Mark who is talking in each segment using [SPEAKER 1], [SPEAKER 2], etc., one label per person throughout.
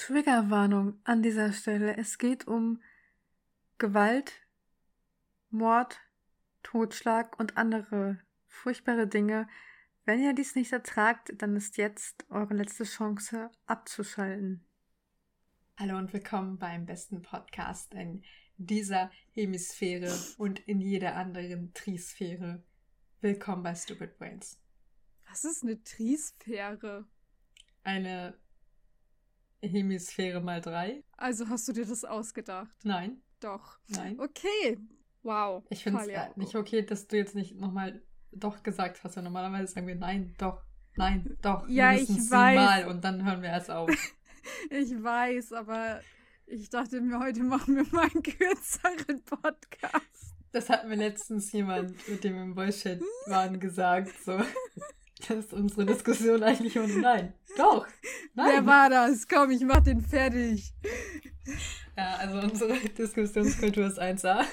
[SPEAKER 1] Triggerwarnung an dieser Stelle. Es geht um Gewalt, Mord, Totschlag und andere furchtbare Dinge. Wenn ihr dies nicht ertragt, dann ist jetzt eure letzte Chance abzuschalten.
[SPEAKER 2] Hallo und willkommen beim besten Podcast in dieser Hemisphäre und in jeder anderen Trisphäre. Willkommen bei Stupid Brains.
[SPEAKER 3] Was ist eine Trisphäre?
[SPEAKER 2] Eine Hemisphäre mal 3.
[SPEAKER 3] Also hast du dir das ausgedacht?
[SPEAKER 2] Nein.
[SPEAKER 3] Doch.
[SPEAKER 2] Nein.
[SPEAKER 3] Okay. Wow.
[SPEAKER 2] Ich finde es nicht okay, dass du jetzt nicht nochmal doch gesagt hast. Ja, normalerweise sagen wir nein, doch,
[SPEAKER 3] Ja,
[SPEAKER 2] mindestens
[SPEAKER 3] ich weiß.
[SPEAKER 2] 7-mal und dann hören wir erst auf.
[SPEAKER 3] Ich weiß, aber ich dachte mir, heute machen wir mal einen kürzeren Podcast.
[SPEAKER 2] Das hat mir letztens jemand, mit dem wir im Voice-Chat waren, gesagt, so, dass unsere Diskussion eigentlich um nein, doch, nein.
[SPEAKER 3] Wer war das? Komm, ich mach den fertig.
[SPEAKER 2] Ja, also unsere Diskussionskultur ist 1A.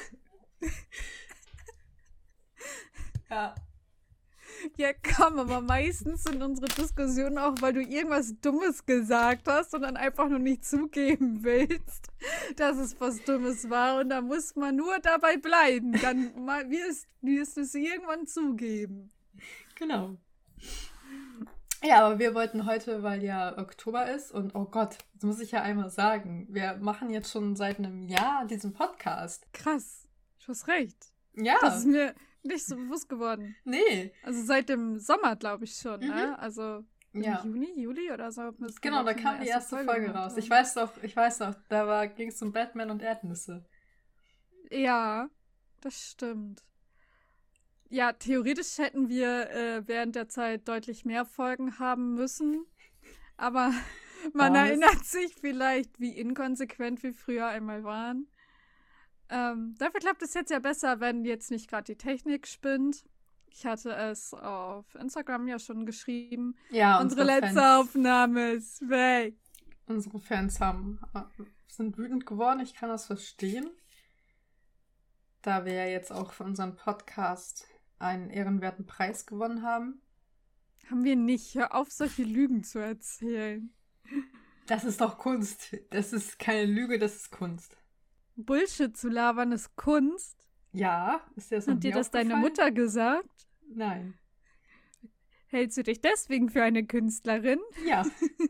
[SPEAKER 2] Ja.
[SPEAKER 3] Ja, komm, aber meistens sind unsere Diskussionen auch, weil du irgendwas Dummes gesagt hast und dann einfach nur nicht zugeben willst, dass es was Dummes war. Und da muss man nur dabei bleiben. Dann wirst du es irgendwann zugeben.
[SPEAKER 2] Genau. Ja, aber wir wollten heute, weil ja Oktober ist und oh Gott, das muss ich ja einmal sagen, wir machen jetzt schon seit einem Jahr diesen Podcast.
[SPEAKER 3] Krass, du hast recht.
[SPEAKER 2] Ja.
[SPEAKER 3] Das ist mir nicht so bewusst geworden.
[SPEAKER 2] Nee.
[SPEAKER 3] Also seit dem Sommer, glaube ich schon, ne? Also im
[SPEAKER 2] Ja.
[SPEAKER 3] Juni, Juli oder so.
[SPEAKER 2] Genau, da kam die erste Folge raus. Ich weiß noch, da ging es um Batman und Erdnüsse.
[SPEAKER 3] Ja, das stimmt. Ja, theoretisch hätten wir während der Zeit deutlich mehr Folgen haben müssen. Aber man erinnert sich vielleicht, wie inkonsequent wir früher einmal waren. Dafür klappt es jetzt ja besser, wenn jetzt nicht gerade die Technik spinnt. Ich hatte es auf Instagram ja schon geschrieben.
[SPEAKER 2] Ja,
[SPEAKER 3] unsere letzte Aufnahme ist weg.
[SPEAKER 2] Unsere Fans sind wütend geworden. Ich kann das verstehen. Da wir ja jetzt auch für unseren Podcast einen ehrenwerten Preis gewonnen haben.
[SPEAKER 3] Haben wir nicht. Hör auf, solche Lügen zu erzählen.
[SPEAKER 2] Das ist doch Kunst. Das ist keine Lüge, das ist Kunst.
[SPEAKER 3] Bullshit zu labern ist Kunst?
[SPEAKER 2] Ja, ist dir das noch
[SPEAKER 3] Hat dir
[SPEAKER 2] nie
[SPEAKER 3] das deine
[SPEAKER 2] aufgefallen?
[SPEAKER 3] Mutter gesagt?
[SPEAKER 2] Nein.
[SPEAKER 3] Hältst du dich deswegen für eine Künstlerin?
[SPEAKER 2] Ja.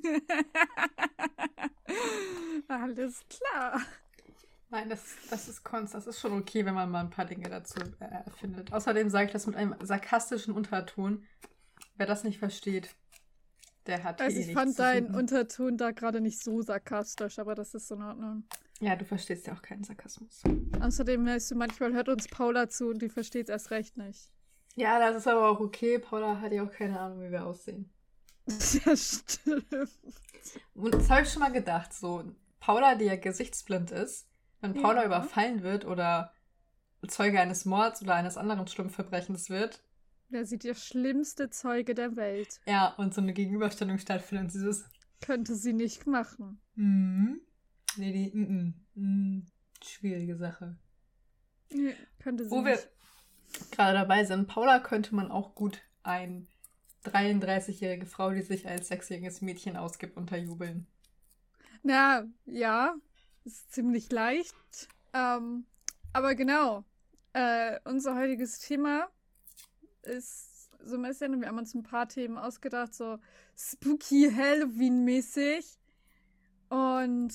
[SPEAKER 3] Alles klar.
[SPEAKER 2] Nein, das ist Kunst. Das ist schon okay, wenn man mal ein paar Dinge dazu erfindet. Außerdem sage ich das mit einem sarkastischen Unterton. Wer das nicht versteht, der hat
[SPEAKER 3] Also
[SPEAKER 2] hier
[SPEAKER 3] ich
[SPEAKER 2] nichts
[SPEAKER 3] fand
[SPEAKER 2] zu
[SPEAKER 3] deinen
[SPEAKER 2] suchen.
[SPEAKER 3] Unterton da gerade nicht so sarkastisch, aber das ist in Ordnung.
[SPEAKER 2] Ja, du verstehst ja auch keinen Sarkasmus.
[SPEAKER 3] Außerdem weißt du, manchmal hört uns Paula zu und die versteht es erst recht nicht.
[SPEAKER 2] Ja, das ist aber auch okay. Paula hat ja auch keine Ahnung, wie wir aussehen.
[SPEAKER 3] Ja, stimmt.
[SPEAKER 2] Und das habe ich schon mal gedacht. So, Paula, die ja gesichtsblind ist, wenn Paula
[SPEAKER 3] Ja.
[SPEAKER 2] überfallen wird oder Zeuge eines Mords oder eines anderen schlimmen Verbrechens wird,
[SPEAKER 3] Wer sieht der schlimmste Zeuge der Welt?
[SPEAKER 2] ja, und so eine Gegenüberstellung stattfindet und dieses
[SPEAKER 3] Könnte sie nicht machen.
[SPEAKER 2] schwierige Sache.
[SPEAKER 3] Nee, könnte sie
[SPEAKER 2] Wo wir
[SPEAKER 3] nicht.
[SPEAKER 2] gerade dabei sind, Paula könnte man auch gut ein 33-jährige Frau, die sich als 6-jähriges Mädchen ausgibt, unterjubeln.
[SPEAKER 3] Na, ja, ist ziemlich leicht. Aber genau, unser heutiges Thema ist so ein bisschen, wir haben uns ein paar Themen ausgedacht, so spooky Halloween-mäßig. Und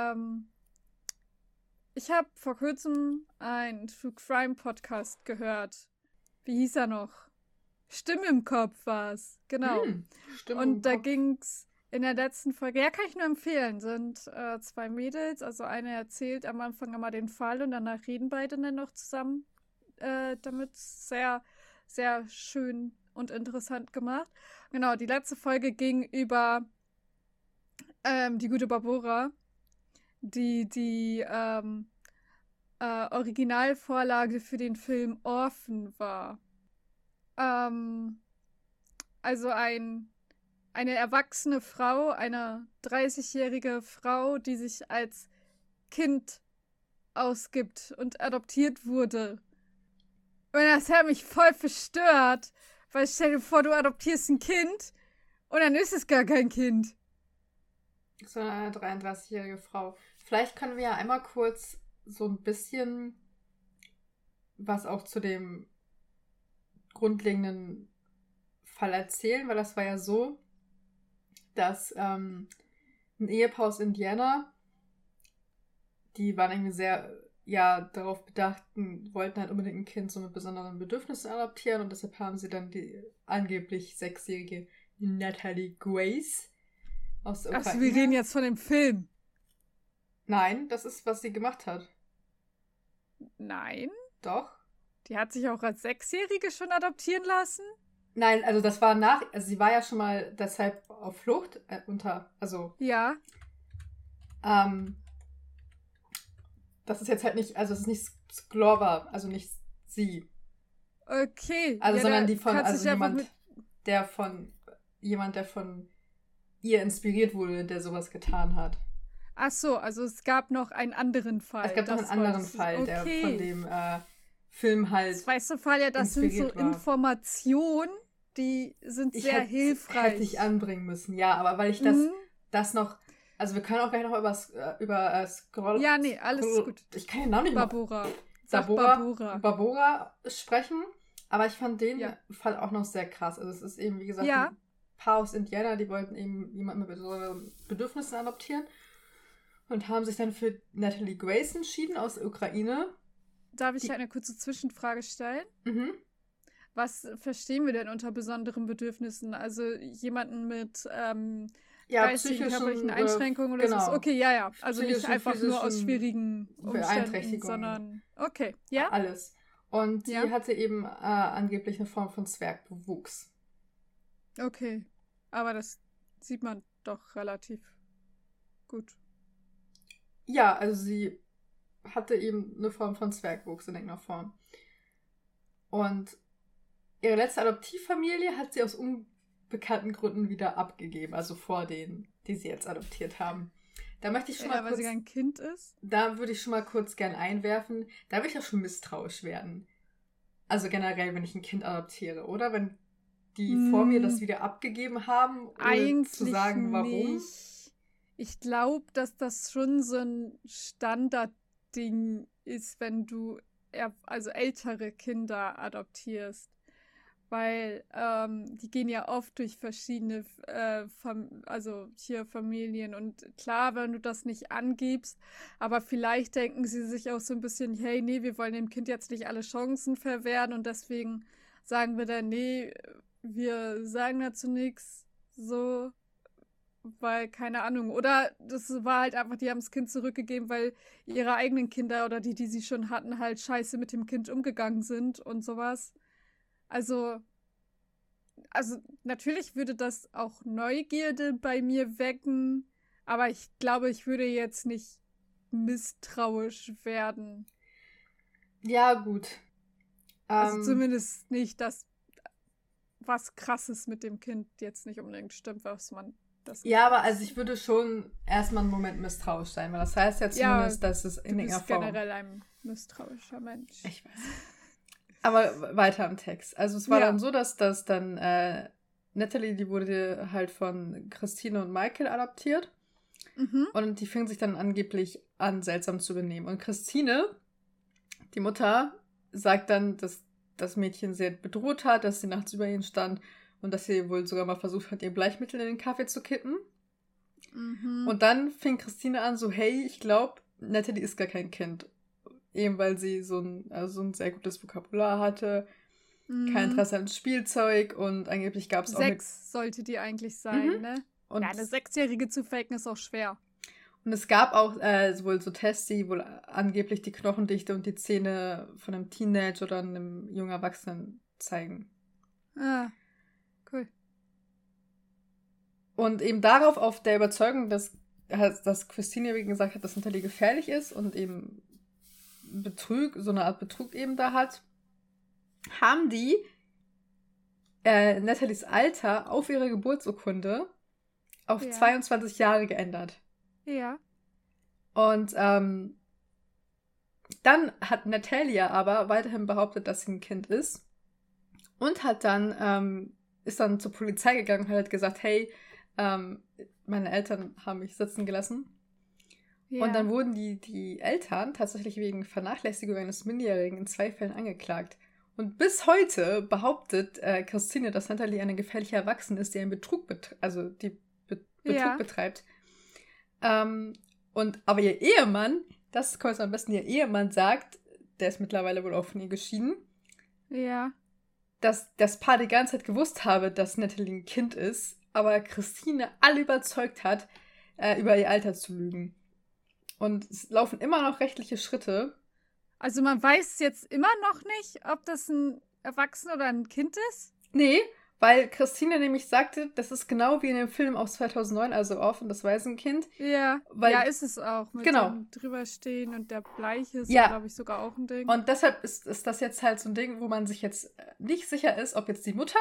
[SPEAKER 3] ich habe vor kurzem einen True Crime Podcast gehört. Wie hieß er noch? Stimme im Kopf war's. Genau.
[SPEAKER 2] Stimmt.
[SPEAKER 3] Und da ging's in der letzten Folge, ja, kann ich nur empfehlen, sind 2 Mädels, also eine erzählt am Anfang immer den Fall und danach reden beide dann noch zusammen, damit sehr, sehr schön und interessant gemacht. Genau, die letzte Folge ging über die gute Barbora, die Originalvorlage für den Film Orphan war. Also eine erwachsene Frau, eine 30-jährige Frau, die sich als Kind ausgibt und adoptiert wurde. Und das hat mich voll verstört, weil stell dir vor, du adoptierst ein Kind und dann ist es gar kein Kind.
[SPEAKER 2] sondern eine 33-jährige Frau. Vielleicht können wir ja einmal kurz so ein bisschen was auch zu dem grundlegenden Fall erzählen, weil das war ja so, dass ein Ehepaar aus Indiana, die waren irgendwie sehr darauf bedacht, wollten halt unbedingt ein Kind so mit besonderen Bedürfnissen adoptieren und deshalb haben sie dann die angeblich 6-jährige Natalie Grace aus der Ukraine.
[SPEAKER 3] Achso, wir reden jetzt von dem Film.
[SPEAKER 2] Nein, das ist, was sie gemacht hat.
[SPEAKER 3] Nein.
[SPEAKER 2] Doch.
[SPEAKER 3] Die hat sich auch als 6-Jährige schon adoptieren lassen?
[SPEAKER 2] Nein, also das war also sie war ja schon mal deshalb auf Flucht
[SPEAKER 3] Ja.
[SPEAKER 2] Das ist jetzt halt nicht, also es ist nicht Sklova, also nicht sie.
[SPEAKER 3] Okay.
[SPEAKER 2] Also
[SPEAKER 3] ja,
[SPEAKER 2] sondern die von, also
[SPEAKER 3] jemand,
[SPEAKER 2] der von ihr inspiriert wurde, der sowas getan hat.
[SPEAKER 3] Ach so, also es gab noch einen anderen Fall.
[SPEAKER 2] Es gab noch einen anderen Fall, der von dem Film halt.
[SPEAKER 3] Das weißt du, Fall ja, das sind so Informationen, die sind sehr hilfreich.
[SPEAKER 2] Hätte ich anbringen müssen, ja, aber weil ich das noch. Also wir können auch gleich noch über Scroll.
[SPEAKER 3] Ja, nee, alles gut.
[SPEAKER 2] Ich kann den Namen nicht
[SPEAKER 3] Barbora.
[SPEAKER 2] Barbora sprechen, aber ich fand den Fall auch noch sehr krass. Also es ist eben, wie gesagt, ein Paar aus Indiana, die wollten eben jemanden mit besonderen Bedürfnissen adoptieren und haben sich dann für Natalie Grace entschieden aus der Ukraine.
[SPEAKER 3] Darf ich eine kurze Zwischenfrage stellen?
[SPEAKER 2] Mhm.
[SPEAKER 3] Was verstehen wir denn unter besonderen Bedürfnissen? Also jemanden mit geistigen, körperlichen Einschränkungen oder
[SPEAKER 2] genau.
[SPEAKER 3] so? Okay, ja. Also nicht einfach nur aus schwierigen Umständen, sondern okay, ja?
[SPEAKER 2] Alles. Und die hatte eben angeblich eine Form von Zwergbewuchs.
[SPEAKER 3] Okay, aber das sieht man doch relativ gut.
[SPEAKER 2] Ja, also sie hatte eben eine Form von Zwergwuchs in irgendeiner Form. Und ihre letzte Adoptivfamilie hat sie aus unbekannten Gründen wieder abgegeben, also vor denen, die sie jetzt adoptiert haben. Da möchte ich schon mal kurz,
[SPEAKER 3] weil sie ein Kind ist?
[SPEAKER 2] Da würde ich schon mal kurz gern einwerfen, da würde ich auch schon misstrauisch werden. Also generell, wenn ich ein Kind adoptiere, oder? Wenn die vor mir das wieder abgegeben haben, ohne zu sagen, warum.
[SPEAKER 3] Nicht. Ich glaube, dass das schon so ein Standardding ist, wenn du also ältere Kinder adoptierst. Weil die gehen ja oft durch verschiedene Familien. Und klar, wenn du das nicht angibst, aber vielleicht denken sie sich auch so ein bisschen, hey, nee, wir wollen dem Kind jetzt nicht alle Chancen verwehren und deswegen sagen wir dann, nee, wir sagen dazu nichts, so, weil, keine Ahnung. Oder das war halt einfach, die haben das Kind zurückgegeben, weil ihre eigenen Kinder oder die sie schon hatten, halt scheiße mit dem Kind umgegangen sind und sowas. Also natürlich würde das auch Neugierde bei mir wecken, aber ich glaube, ich würde jetzt nicht misstrauisch werden.
[SPEAKER 2] Ja, gut.
[SPEAKER 3] Also zumindest nicht, dass was Krasses mit dem Kind jetzt nicht unbedingt stimmt, was man das.
[SPEAKER 2] Ja, aber also ich würde schon erstmal einen Moment misstrauisch sein, weil das heißt ja zumindest, dass es in irgendeiner Form.
[SPEAKER 3] Du bist generell ein misstrauischer Mensch.
[SPEAKER 2] Ich weiß. Aber weiter im Text. Also es war dann so, dass dann Natalie, die wurde halt von Christine und Michael adoptiert.
[SPEAKER 3] Mhm.
[SPEAKER 2] Und die fingen sich dann angeblich an, seltsam zu benehmen. Und Christine, die Mutter, sagt dann, dass das Mädchen sie bedroht hat, dass sie nachts über ihnen stand und dass sie wohl sogar mal versucht hat, ihr Bleichmittel in den Kaffee zu kippen.
[SPEAKER 3] Mhm.
[SPEAKER 2] Und dann fing Christine an, so, hey, ich glaube, Natalie ist gar kein Kind. Eben weil sie so ein sehr gutes Vokabular hatte, kein Interesse an Spielzeug und angeblich gab es auch
[SPEAKER 3] 6 sollte die eigentlich sein, ne? Und eine 6-Jährige zu faken ist auch schwer.
[SPEAKER 2] Und es gab auch wohl so Tests, die wohl angeblich die Knochendichte und die Zähne von einem Teenager oder einem jungen Erwachsenen zeigen.
[SPEAKER 3] Ah, cool.
[SPEAKER 2] Und eben darauf, auf der Überzeugung, dass Christine, wie gesagt, hat, dass Natalie gefährlich ist und eben so eine Art Betrug eben da hat, haben die Natalies Alter auf ihrer Geburtsurkunde auf 22 Jahre geändert.
[SPEAKER 3] Ja.
[SPEAKER 2] Und dann hat Natalia aber weiterhin behauptet, dass sie ein Kind ist und ist dann zur Polizei gegangen und hat gesagt, hey, meine Eltern haben mich sitzen gelassen.
[SPEAKER 3] Ja.
[SPEAKER 2] Und dann wurden die Eltern tatsächlich wegen Vernachlässigung eines Minderjährigen in 2 Fällen angeklagt. Und bis heute behauptet Christine, dass Natalie eine gefährliche Erwachsene ist, die einen Betrug betreibt. Aber ihr Ehemann, das kommt am besten, ihr Ehemann sagt, der ist mittlerweile wohl auch von ihr geschieden,
[SPEAKER 3] Ja.
[SPEAKER 2] dass das Paar die ganze Zeit gewusst habe, dass Natalie ein Kind ist, aber Christine alle überzeugt hat, über ihr Alter zu lügen. Und es laufen immer noch rechtliche Schritte.
[SPEAKER 3] Also man weiß jetzt immer noch nicht, ob das ein Erwachsener oder ein Kind ist?
[SPEAKER 2] Nee, weil Christine nämlich sagte, das ist genau wie in dem Film aus 2009, also Orphan, das Waisenkind.
[SPEAKER 3] Ja,
[SPEAKER 2] Weil,
[SPEAKER 3] ja, ist es auch. Mit
[SPEAKER 2] genau.
[SPEAKER 3] dem Drüberstehen und der Bleiche ist,
[SPEAKER 2] Ja.
[SPEAKER 3] glaube ich, sogar auch ein Ding.
[SPEAKER 2] Und deshalb ist das jetzt halt so ein Ding, wo man sich jetzt nicht sicher ist, ob jetzt die Mutter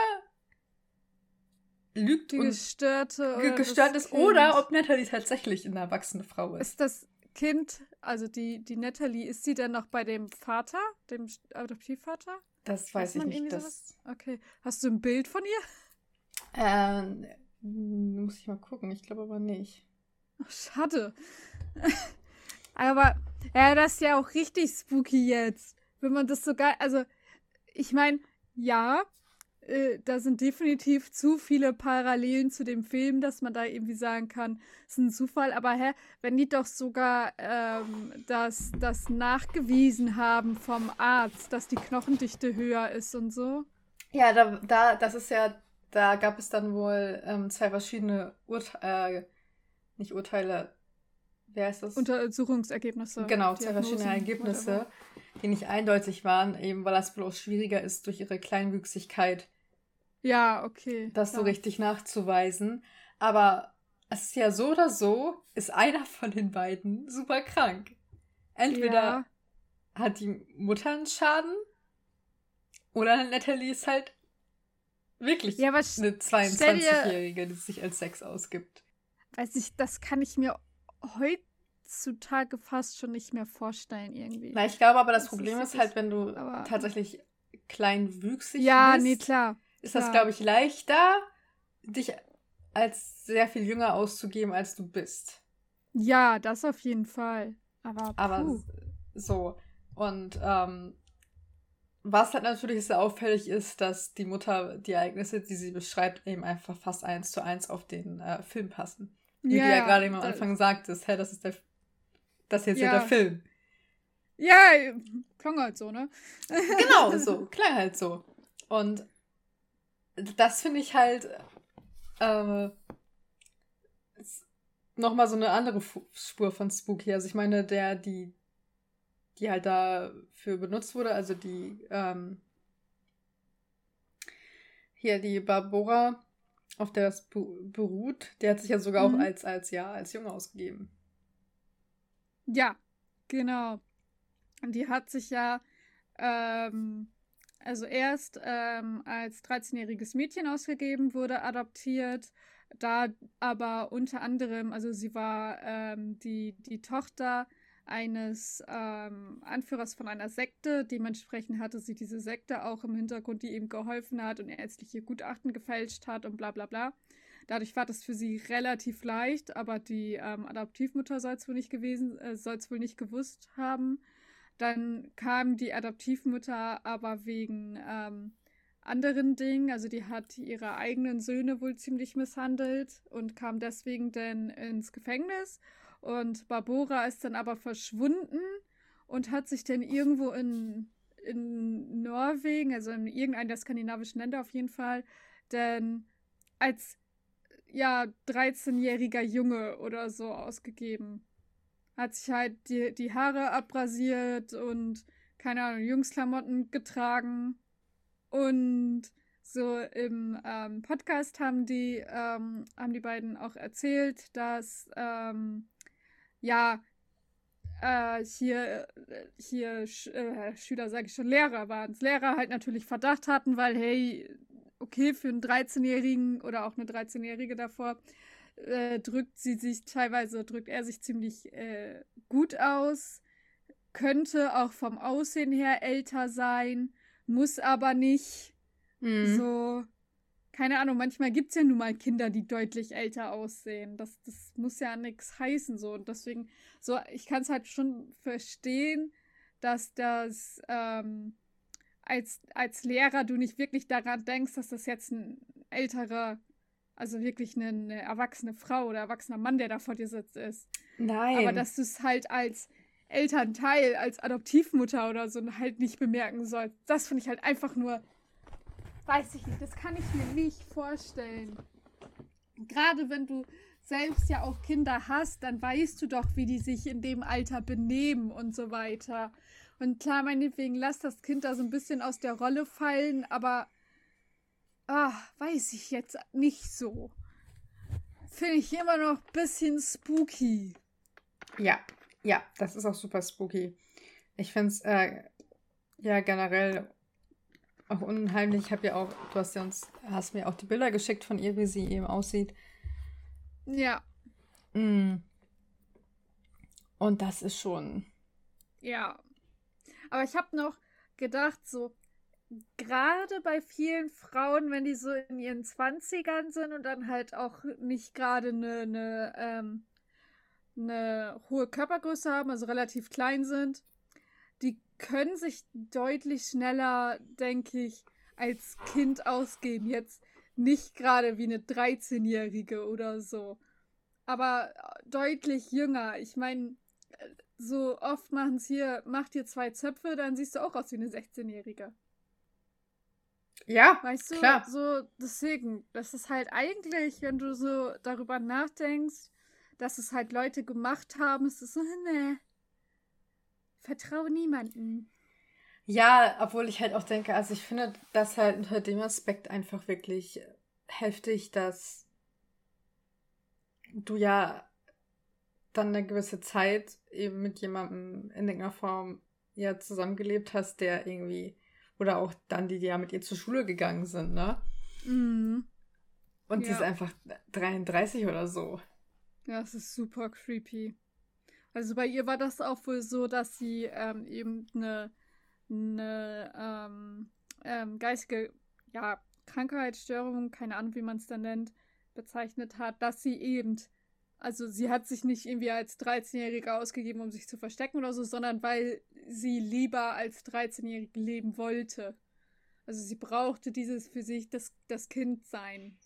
[SPEAKER 2] lügt
[SPEAKER 3] die
[SPEAKER 2] und
[SPEAKER 3] gestört
[SPEAKER 2] ist oder ob Natalie tatsächlich eine erwachsene Frau ist.
[SPEAKER 3] Ist das Kind, also die Natalie, ist sie denn noch bei dem Vater, dem Adoptivvater?
[SPEAKER 2] Das weiß ich
[SPEAKER 3] man
[SPEAKER 2] nicht.
[SPEAKER 3] irgendwie
[SPEAKER 2] Das,
[SPEAKER 3] Okay. Hast du ein Bild von ihr?
[SPEAKER 2] muss ich mal gucken. Ich glaube aber nicht.
[SPEAKER 3] Ach, schade. Aber, ja, das ist ja auch richtig spooky jetzt. Wenn man das so geil, also, ich meine, ja, da sind definitiv zu viele Parallelen zu dem Film, dass man da irgendwie sagen kann, es ist ein Zufall. Aber wenn die doch sogar das nachgewiesen haben vom Arzt, dass die Knochendichte höher ist und so.
[SPEAKER 2] Ja, das ist ja, da gab es dann wohl 2 verschiedene nicht Urteile, wie heißt das?
[SPEAKER 3] Untersuchungsergebnisse.
[SPEAKER 2] Genau, 2 verschiedene Ergebnisse, die nicht eindeutig waren, eben weil das bloß schwieriger ist, durch ihre Kleinwüchsigkeit
[SPEAKER 3] ja, okay.
[SPEAKER 2] das so richtig nachzuweisen. Aber es ist ja so oder so, ist einer von den beiden super krank. Entweder hat die Mutter einen Schaden oder Natalie ist halt wirklich eine 22-Jährige, die sich als Sex ausgibt.
[SPEAKER 3] Weiß ich, das kann ich mir heutzutage fast schon nicht mehr vorstellen irgendwie.
[SPEAKER 2] Na, ich glaube aber, das Problem ist halt, wenn du tatsächlich kleinwüchsig bist.
[SPEAKER 3] Ja, nee, klar.
[SPEAKER 2] Ist das, glaube ich, leichter, dich als sehr viel jünger auszugeben, als du bist.
[SPEAKER 3] Ja, das auf jeden Fall. Aber
[SPEAKER 2] so. Und was halt natürlich sehr auffällig ist, dass die Mutter die Ereignisse, die sie beschreibt, eben einfach fast 1:1 auf den Film passen. Wie du ja gerade eben am Anfang sagtest, das ist das jetzt ja der Film.
[SPEAKER 3] Ja, klang halt so, ne?
[SPEAKER 2] Genau, so. Klang halt so. Und das finde ich halt nochmal so eine andere Spur von Spooky. Also ich meine, die halt dafür benutzt wurde, also die die Barbora, auf der das beruht, der hat sich ja sogar auch als Junge ausgegeben.
[SPEAKER 3] Ja, genau. Und die hat sich ja also erst als 13-jähriges Mädchen ausgegeben, wurde adoptiert, da aber unter anderem, also sie war die Tochter eines Anführers von einer Sekte, dementsprechend hatte sie diese Sekte auch im Hintergrund, die ihm geholfen hat und ärztliche Gutachten gefälscht hat und bla bla bla. Dadurch war das für sie relativ leicht, aber die Adoptivmutter soll es wohl nicht gewusst haben. Dann kam die Adoptivmutter aber wegen anderen Dingen, also die hat ihre eigenen Söhne wohl ziemlich misshandelt und kam deswegen dann ins Gefängnis. Und Barbora ist dann aber verschwunden und hat sich dann irgendwo in Norwegen, also in irgendeinem der skandinavischen Länder auf jeden Fall, denn als 13-jähriger Junge oder so ausgegeben. Hat sich halt die Haare abrasiert und, keine Ahnung, Jungsklamotten getragen. Und so im Podcast haben die beiden auch erzählt, dass Schüler, sage ich schon, Lehrer waren es. Lehrer halt natürlich Verdacht hatten, weil, hey, okay, für einen 13-Jährigen oder auch eine 13-Jährige davor drückt er sich ziemlich gut aus, könnte auch vom Aussehen her älter sein, muss aber nicht. So, keine Ahnung, manchmal gibt es ja nun mal Kinder, die deutlich älter aussehen. Das muss ja nichts heißen, so. Und deswegen, so, ich kann es halt schon verstehen, dass das als Lehrer du nicht wirklich daran denkst, dass das jetzt ein älterer, also wirklich eine erwachsene Frau oder erwachsener Mann, der da vor dir sitzt, ist.
[SPEAKER 1] Nein.
[SPEAKER 3] Aber dass du es halt als Elternteil, als Adoptivmutter oder so halt nicht bemerken sollst, das finde ich halt einfach nur, weiß ich nicht, das kann ich mir nicht vorstellen. Gerade wenn du selbst ja auch Kinder hast, dann weißt du doch, wie die sich in dem Alter benehmen und so weiter. Und klar, meinetwegen, lass das Kind da so ein bisschen aus der Rolle fallen, aber weiß ich jetzt nicht so. Finde ich immer noch ein bisschen spooky.
[SPEAKER 2] Ja, das ist auch super spooky. Ich finde es ja generell auch unheimlich. Ich habe ja auch, hast mir auch die Bilder geschickt von ihr, wie sie eben aussieht.
[SPEAKER 3] Ja.
[SPEAKER 2] Und das ist schon...
[SPEAKER 3] Ja. Aber ich habe noch gedacht, so, gerade bei vielen Frauen, wenn die so in ihren 20ern sind und dann halt auch nicht gerade eine hohe Körpergröße haben, also relativ klein sind, die können sich deutlich schneller, denke ich, als Kind ausgeben. Jetzt nicht gerade wie eine 13-Jährige oder so, aber deutlich jünger. Ich meine, so oft macht ihr 2 Zöpfe, dann siehst du auch aus wie eine 16-Jährige.
[SPEAKER 2] Ja,
[SPEAKER 3] weißt du,
[SPEAKER 2] klar.
[SPEAKER 3] So deswegen, das ist halt eigentlich, wenn du so darüber nachdenkst, dass es halt Leute gemacht haben, ist es so, ne, vertraue niemanden.
[SPEAKER 2] Ja, obwohl ich halt auch denke, also ich finde das halt unter dem Aspekt einfach wirklich heftig, dass du ja dann eine gewisse Zeit eben mit jemandem in irgendeiner Form ja zusammengelebt hast, der irgendwie, oder auch dann, die ja mit ihr zur Schule gegangen sind, ne?
[SPEAKER 3] Mhm.
[SPEAKER 2] Und die
[SPEAKER 3] Ja.
[SPEAKER 2] ist einfach 33 oder so.
[SPEAKER 3] Ja, es ist super creepy. Also bei ihr war das auch wohl so, dass sie eben eine geistige, ja, Krankheitsstörung, keine Ahnung, wie man es dann nennt, bezeichnet hat, dass sie eben, also sie hat sich nicht irgendwie als 13-Jährige ausgegeben, um sich zu verstecken oder so, sondern weil sie lieber als 13-Jährige leben wollte. Also sie brauchte dieses für sich, das Kindsein.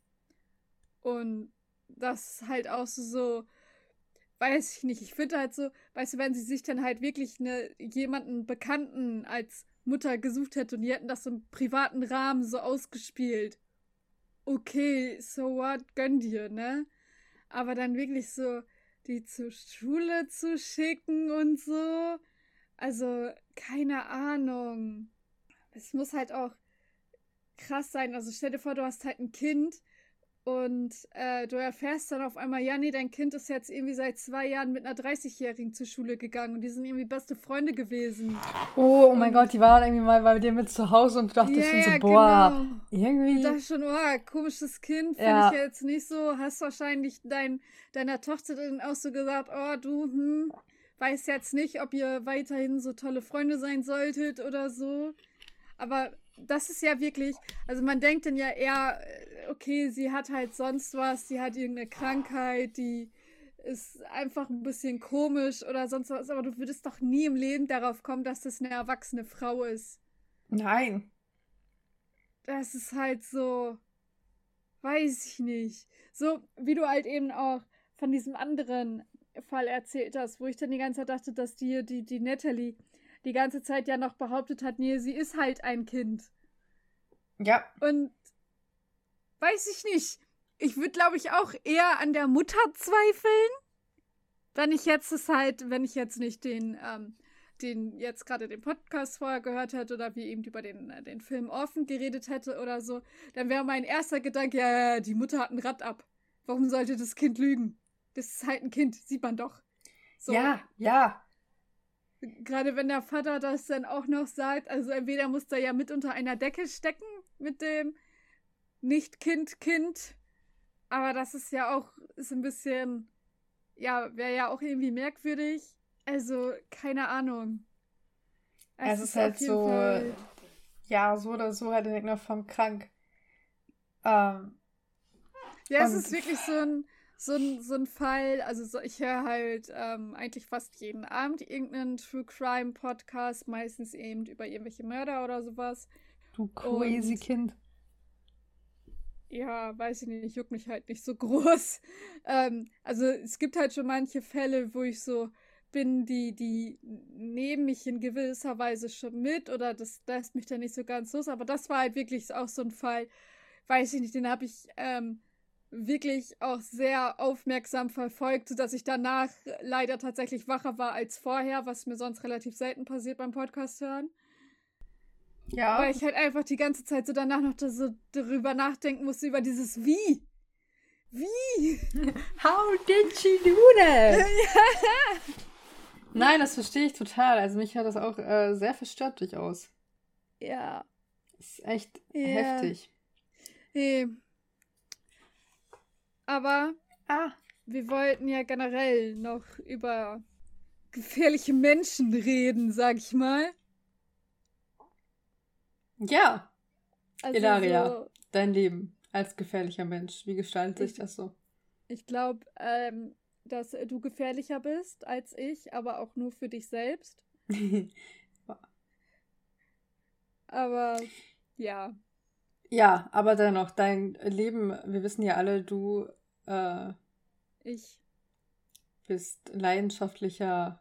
[SPEAKER 3] Und das ist halt auch so, weiß ich nicht, ich finde halt so, weißt du, wenn sie sich dann halt wirklich jemanden Bekannten als Mutter gesucht hätte und die hätten das so im privaten Rahmen so ausgespielt. Okay, so what, gönn dir, ne? Aber dann wirklich so, die zur Schule zu schicken und so, also, keine Ahnung. Es muss halt auch krass sein, also stell dir vor, du hast halt ein Kind und du erfährst dann auf einmal, ja, nee, dein Kind ist jetzt irgendwie seit 2 Jahren mit einer 30-Jährigen zur Schule gegangen und die sind irgendwie beste Freunde gewesen.
[SPEAKER 2] Oh mein Gott, die war dann irgendwie mal bei dir mit zu Hause und du dachtest schon so, boah,
[SPEAKER 3] genau.
[SPEAKER 2] irgendwie...
[SPEAKER 3] Ich dachte schon, komisches Kind, finde ich jetzt nicht so. Hast wahrscheinlich deiner Tochter dann auch so gesagt, du, weiß jetzt nicht, ob ihr weiterhin so tolle Freunde sein solltet oder so. Aber das ist ja wirklich, also man denkt dann ja eher, okay, sie hat halt sonst was, sie hat irgendeine Krankheit, die ist einfach ein bisschen komisch oder sonst was, aber du würdest doch nie im Leben darauf kommen, dass das eine erwachsene Frau ist.
[SPEAKER 2] Nein.
[SPEAKER 3] Das ist halt so, weiß ich nicht. So, wie du halt eben auch von diesem anderen Fall erzählt hast, wo ich dann die ganze Zeit dachte, dass die Natalie die ganze Zeit ja noch behauptet hat, nee, sie ist halt ein Kind.
[SPEAKER 2] Ja.
[SPEAKER 3] Und weiß ich nicht. Ich würde, glaube ich, auch eher an der Mutter zweifeln, wenn ich jetzt nicht den jetzt gerade den Podcast vorher gehört hätte oder wie eben über den Film Orphan geredet hätte oder so, dann wäre mein erster Gedanke, ja, die Mutter hat ein Rad ab. Warum sollte das Kind lügen? Das ist halt ein Kind, sieht man doch. So.
[SPEAKER 2] Ja.
[SPEAKER 3] Gerade wenn der Vater das dann auch noch sagt, also entweder muss er ja mit unter einer Decke stecken mit dem Nicht-Kind, aber das ist ein bisschen, ja, wäre ja auch irgendwie merkwürdig. Also, keine Ahnung.
[SPEAKER 2] Es ist halt so, ja, so oder so halt in irgendeiner Form krank.
[SPEAKER 3] Ja, es ist wirklich so ein Fall, also ich höre halt eigentlich fast jeden Abend irgendeinen True Crime Podcast, meistens eben über irgendwelche Mörder oder sowas.
[SPEAKER 1] Du crazy
[SPEAKER 3] Und
[SPEAKER 1] Kind.
[SPEAKER 3] ja, weiß ich nicht, juckt mich halt nicht so groß. Also es gibt halt schon manche Fälle, wo ich so bin, die nehmen mich in gewisser Weise schon mit oder das lässt mich dann nicht so ganz los. Aber das war halt wirklich auch so ein Fall, weiß ich nicht, den habe ich wirklich auch sehr aufmerksam verfolgt, sodass ich danach leider tatsächlich wacher war als vorher, was mir sonst relativ selten passiert beim Podcast hören.
[SPEAKER 1] Ja.
[SPEAKER 3] Weil ich halt einfach die ganze Zeit so danach noch so darüber nachdenken musste, über dieses Wie. Wie?
[SPEAKER 1] How did she do that? Nein, das verstehe ich total. Also mich hat das auch sehr verstört durchaus.
[SPEAKER 3] Ja.
[SPEAKER 1] Das ist echt heftig.
[SPEAKER 3] Nee. Aber wir wollten ja generell noch über gefährliche Menschen reden, sag ich mal.
[SPEAKER 1] Ja.
[SPEAKER 3] Also
[SPEAKER 1] Ilaria, dein Leben als gefährlicher Mensch. Wie gestaltet sich das so?
[SPEAKER 3] Ich glaube, dass du gefährlicher bist als ich, aber auch nur für dich selbst. Aber ja.
[SPEAKER 1] Ja, aber dennoch, dein Leben, wir wissen ja alle, du
[SPEAKER 3] Ich
[SPEAKER 1] bist leidenschaftlicher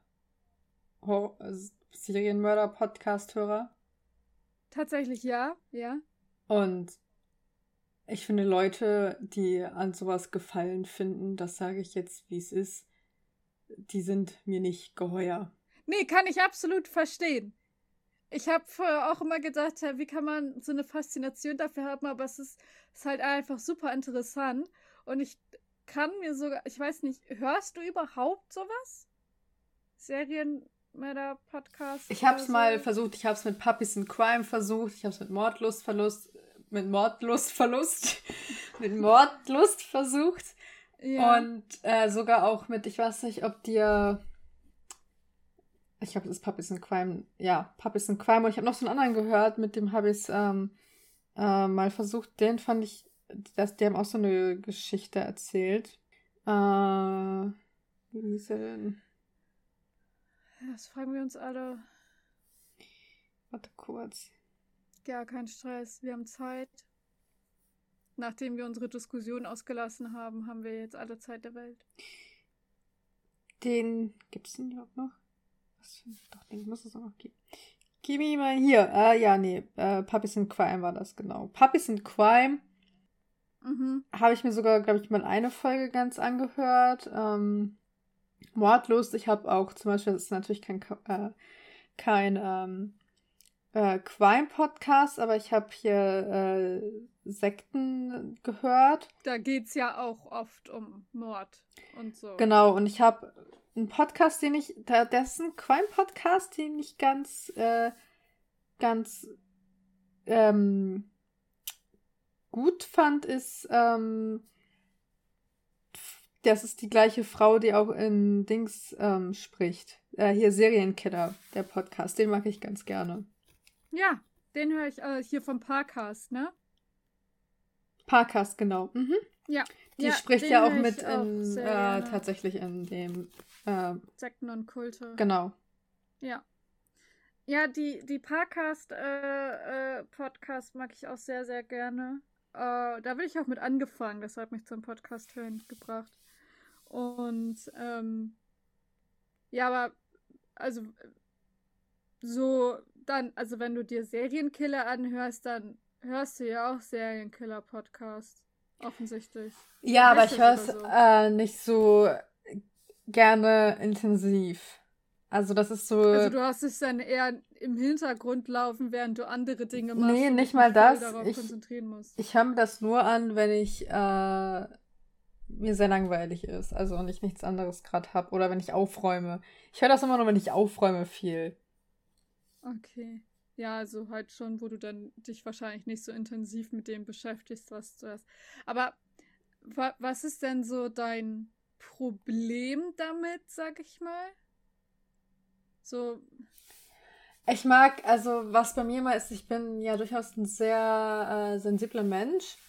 [SPEAKER 1] Serienmörder-Podcast-Hörer.
[SPEAKER 3] tatsächlich ja.
[SPEAKER 1] Und ich finde, Leute, die an sowas Gefallen finden, das sage ich jetzt, wie es ist, die sind mir nicht geheuer.
[SPEAKER 3] Nee, kann ich absolut verstehen. Ich habe vorher auch immer gedacht, ja, wie kann man so eine Faszination dafür haben, aber es ist halt einfach super interessant. Und ich kann mir sogar, ich weiß nicht, hörst du überhaupt sowas? Serienmörder-Podcast?
[SPEAKER 1] Ich habe es
[SPEAKER 3] oder
[SPEAKER 1] mal
[SPEAKER 3] so?
[SPEAKER 1] versucht, ich habe es mit Puppies in Crime versucht, ich habe es mit Mordlustverlust versucht.
[SPEAKER 3] Ja.
[SPEAKER 1] Und sogar auch mit, ich weiß nicht, ob dir, ich glaube, es ist Puppies in Crime, ja, Puppies in Crime. Und ich habe noch so einen anderen gehört, mit dem habe ich es mal versucht. Den fand ich, die haben auch so eine Geschichte erzählt. Wie hieß er denn?
[SPEAKER 3] Das fragen wir uns alle.
[SPEAKER 1] Warte kurz.
[SPEAKER 3] Ja, kein Stress. Wir haben Zeit. Nachdem wir unsere Diskussion ausgelassen haben, haben wir jetzt alle Zeit der Welt.
[SPEAKER 1] Den, gibt es den überhaupt noch? Doch, den muss es auch noch geben. Gib mir mal hier. Puppies in Crime war das, genau. Puppies in Crime habe ich mir sogar, glaube ich, mal eine Folge ganz angehört. Mordlust, ich habe auch zum Beispiel, das ist natürlich kein Crime-Podcast, aber ich habe hier Sekten gehört.
[SPEAKER 3] Da geht's ja auch oft um Mord und so.
[SPEAKER 1] Genau, und ich habe einen Podcast, das ist ein Crime-Podcast, den ich ganz gut fand, ist, das ist die gleiche Frau, die auch in Dings spricht. Hier Serienkiller, der Podcast, den mag ich ganz gerne.
[SPEAKER 3] Ja, den höre ich hier vom Parcast, ne?
[SPEAKER 1] Parcast, genau. Mhm.
[SPEAKER 3] Ja.
[SPEAKER 1] Die
[SPEAKER 3] ja,
[SPEAKER 1] spricht
[SPEAKER 3] den
[SPEAKER 1] ja auch
[SPEAKER 3] höre
[SPEAKER 1] mit
[SPEAKER 3] ich auch
[SPEAKER 1] in,
[SPEAKER 3] sehr gerne.
[SPEAKER 1] tatsächlich in dem
[SPEAKER 3] Sekten und Kulte.
[SPEAKER 1] Genau.
[SPEAKER 3] Ja. Ja, die Parcast Podcast mag ich auch sehr, sehr gerne. Da bin ich auch mit angefangen, das hat mich zum Podcast hören gebracht. Und ja, aber also so dann, also wenn du dir Serienkiller anhörst, dann hörst du ja auch Serienkiller-Podcasts. Offensichtlich.
[SPEAKER 1] Ja, aber ich höre es
[SPEAKER 3] so.
[SPEAKER 1] nicht so gerne intensiv. Also das ist so...
[SPEAKER 3] Also du hast es dann eher im Hintergrund laufen, während du andere Dinge machst.
[SPEAKER 1] Nee,
[SPEAKER 3] und
[SPEAKER 1] nicht
[SPEAKER 3] dich
[SPEAKER 1] mal
[SPEAKER 3] voll
[SPEAKER 1] das.
[SPEAKER 3] darauf konzentrieren musst.
[SPEAKER 1] Ich höre mir das nur an, wenn ich mir sehr langweilig ist. Also und ich nichts anderes gerade habe. Oder wenn ich aufräume. Ich höre das immer nur, wenn ich aufräume viel.
[SPEAKER 3] Okay. Ja, also halt schon, wo du dann dich wahrscheinlich nicht so intensiv mit dem beschäftigst, was du hast. Aber was ist denn so dein Problem damit, sag ich mal? So.
[SPEAKER 1] Ich mag, also was bei mir immer ist, ich bin ja durchaus ein sehr sensibler Mensch.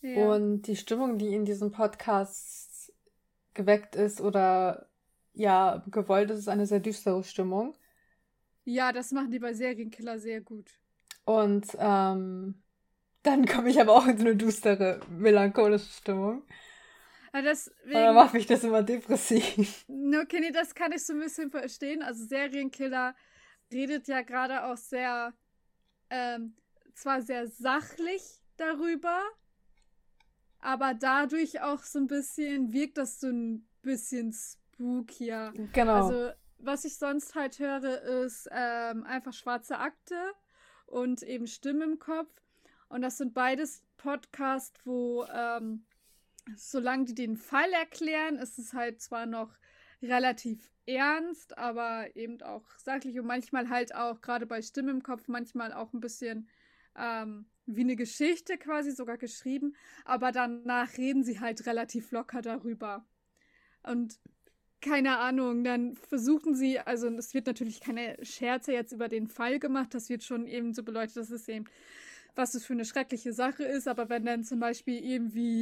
[SPEAKER 3] Ja.
[SPEAKER 1] Und die Stimmung, die in diesem Podcast geweckt ist oder ja, gewollt ist, ist eine sehr düstere Stimmung.
[SPEAKER 3] Ja, das machen die bei Serienkiller sehr gut.
[SPEAKER 1] Und dann komme ich aber auch in so eine düstere, melancholische Stimmung.
[SPEAKER 3] Ja,
[SPEAKER 1] Und dann
[SPEAKER 3] deswegen,
[SPEAKER 1] macht mich das immer depressiv.
[SPEAKER 3] okay, nee, das kann ich so ein bisschen verstehen. Also Serienkiller redet ja gerade auch sehr, zwar sehr sachlich darüber, aber dadurch auch so ein bisschen wirkt das so ein bisschen spookier.
[SPEAKER 1] Genau.
[SPEAKER 3] Also, was ich sonst halt höre, ist einfach schwarze Akte und eben Stimme im Kopf. Und das sind beides Podcasts, wo, solange die den Fall erklären, ist es halt zwar noch relativ ernst, aber eben auch sachlich und manchmal halt auch, gerade bei Stimme im Kopf, manchmal auch ein bisschen wie eine Geschichte quasi sogar geschrieben, aber danach reden sie halt relativ locker darüber. Und keine Ahnung, dann versuchen sie, also es wird natürlich keine Scherze jetzt über den Fall gemacht, das wird schon eben so beleuchtet, dass es eben, was es für eine schreckliche Sache ist, aber wenn dann zum Beispiel irgendwie,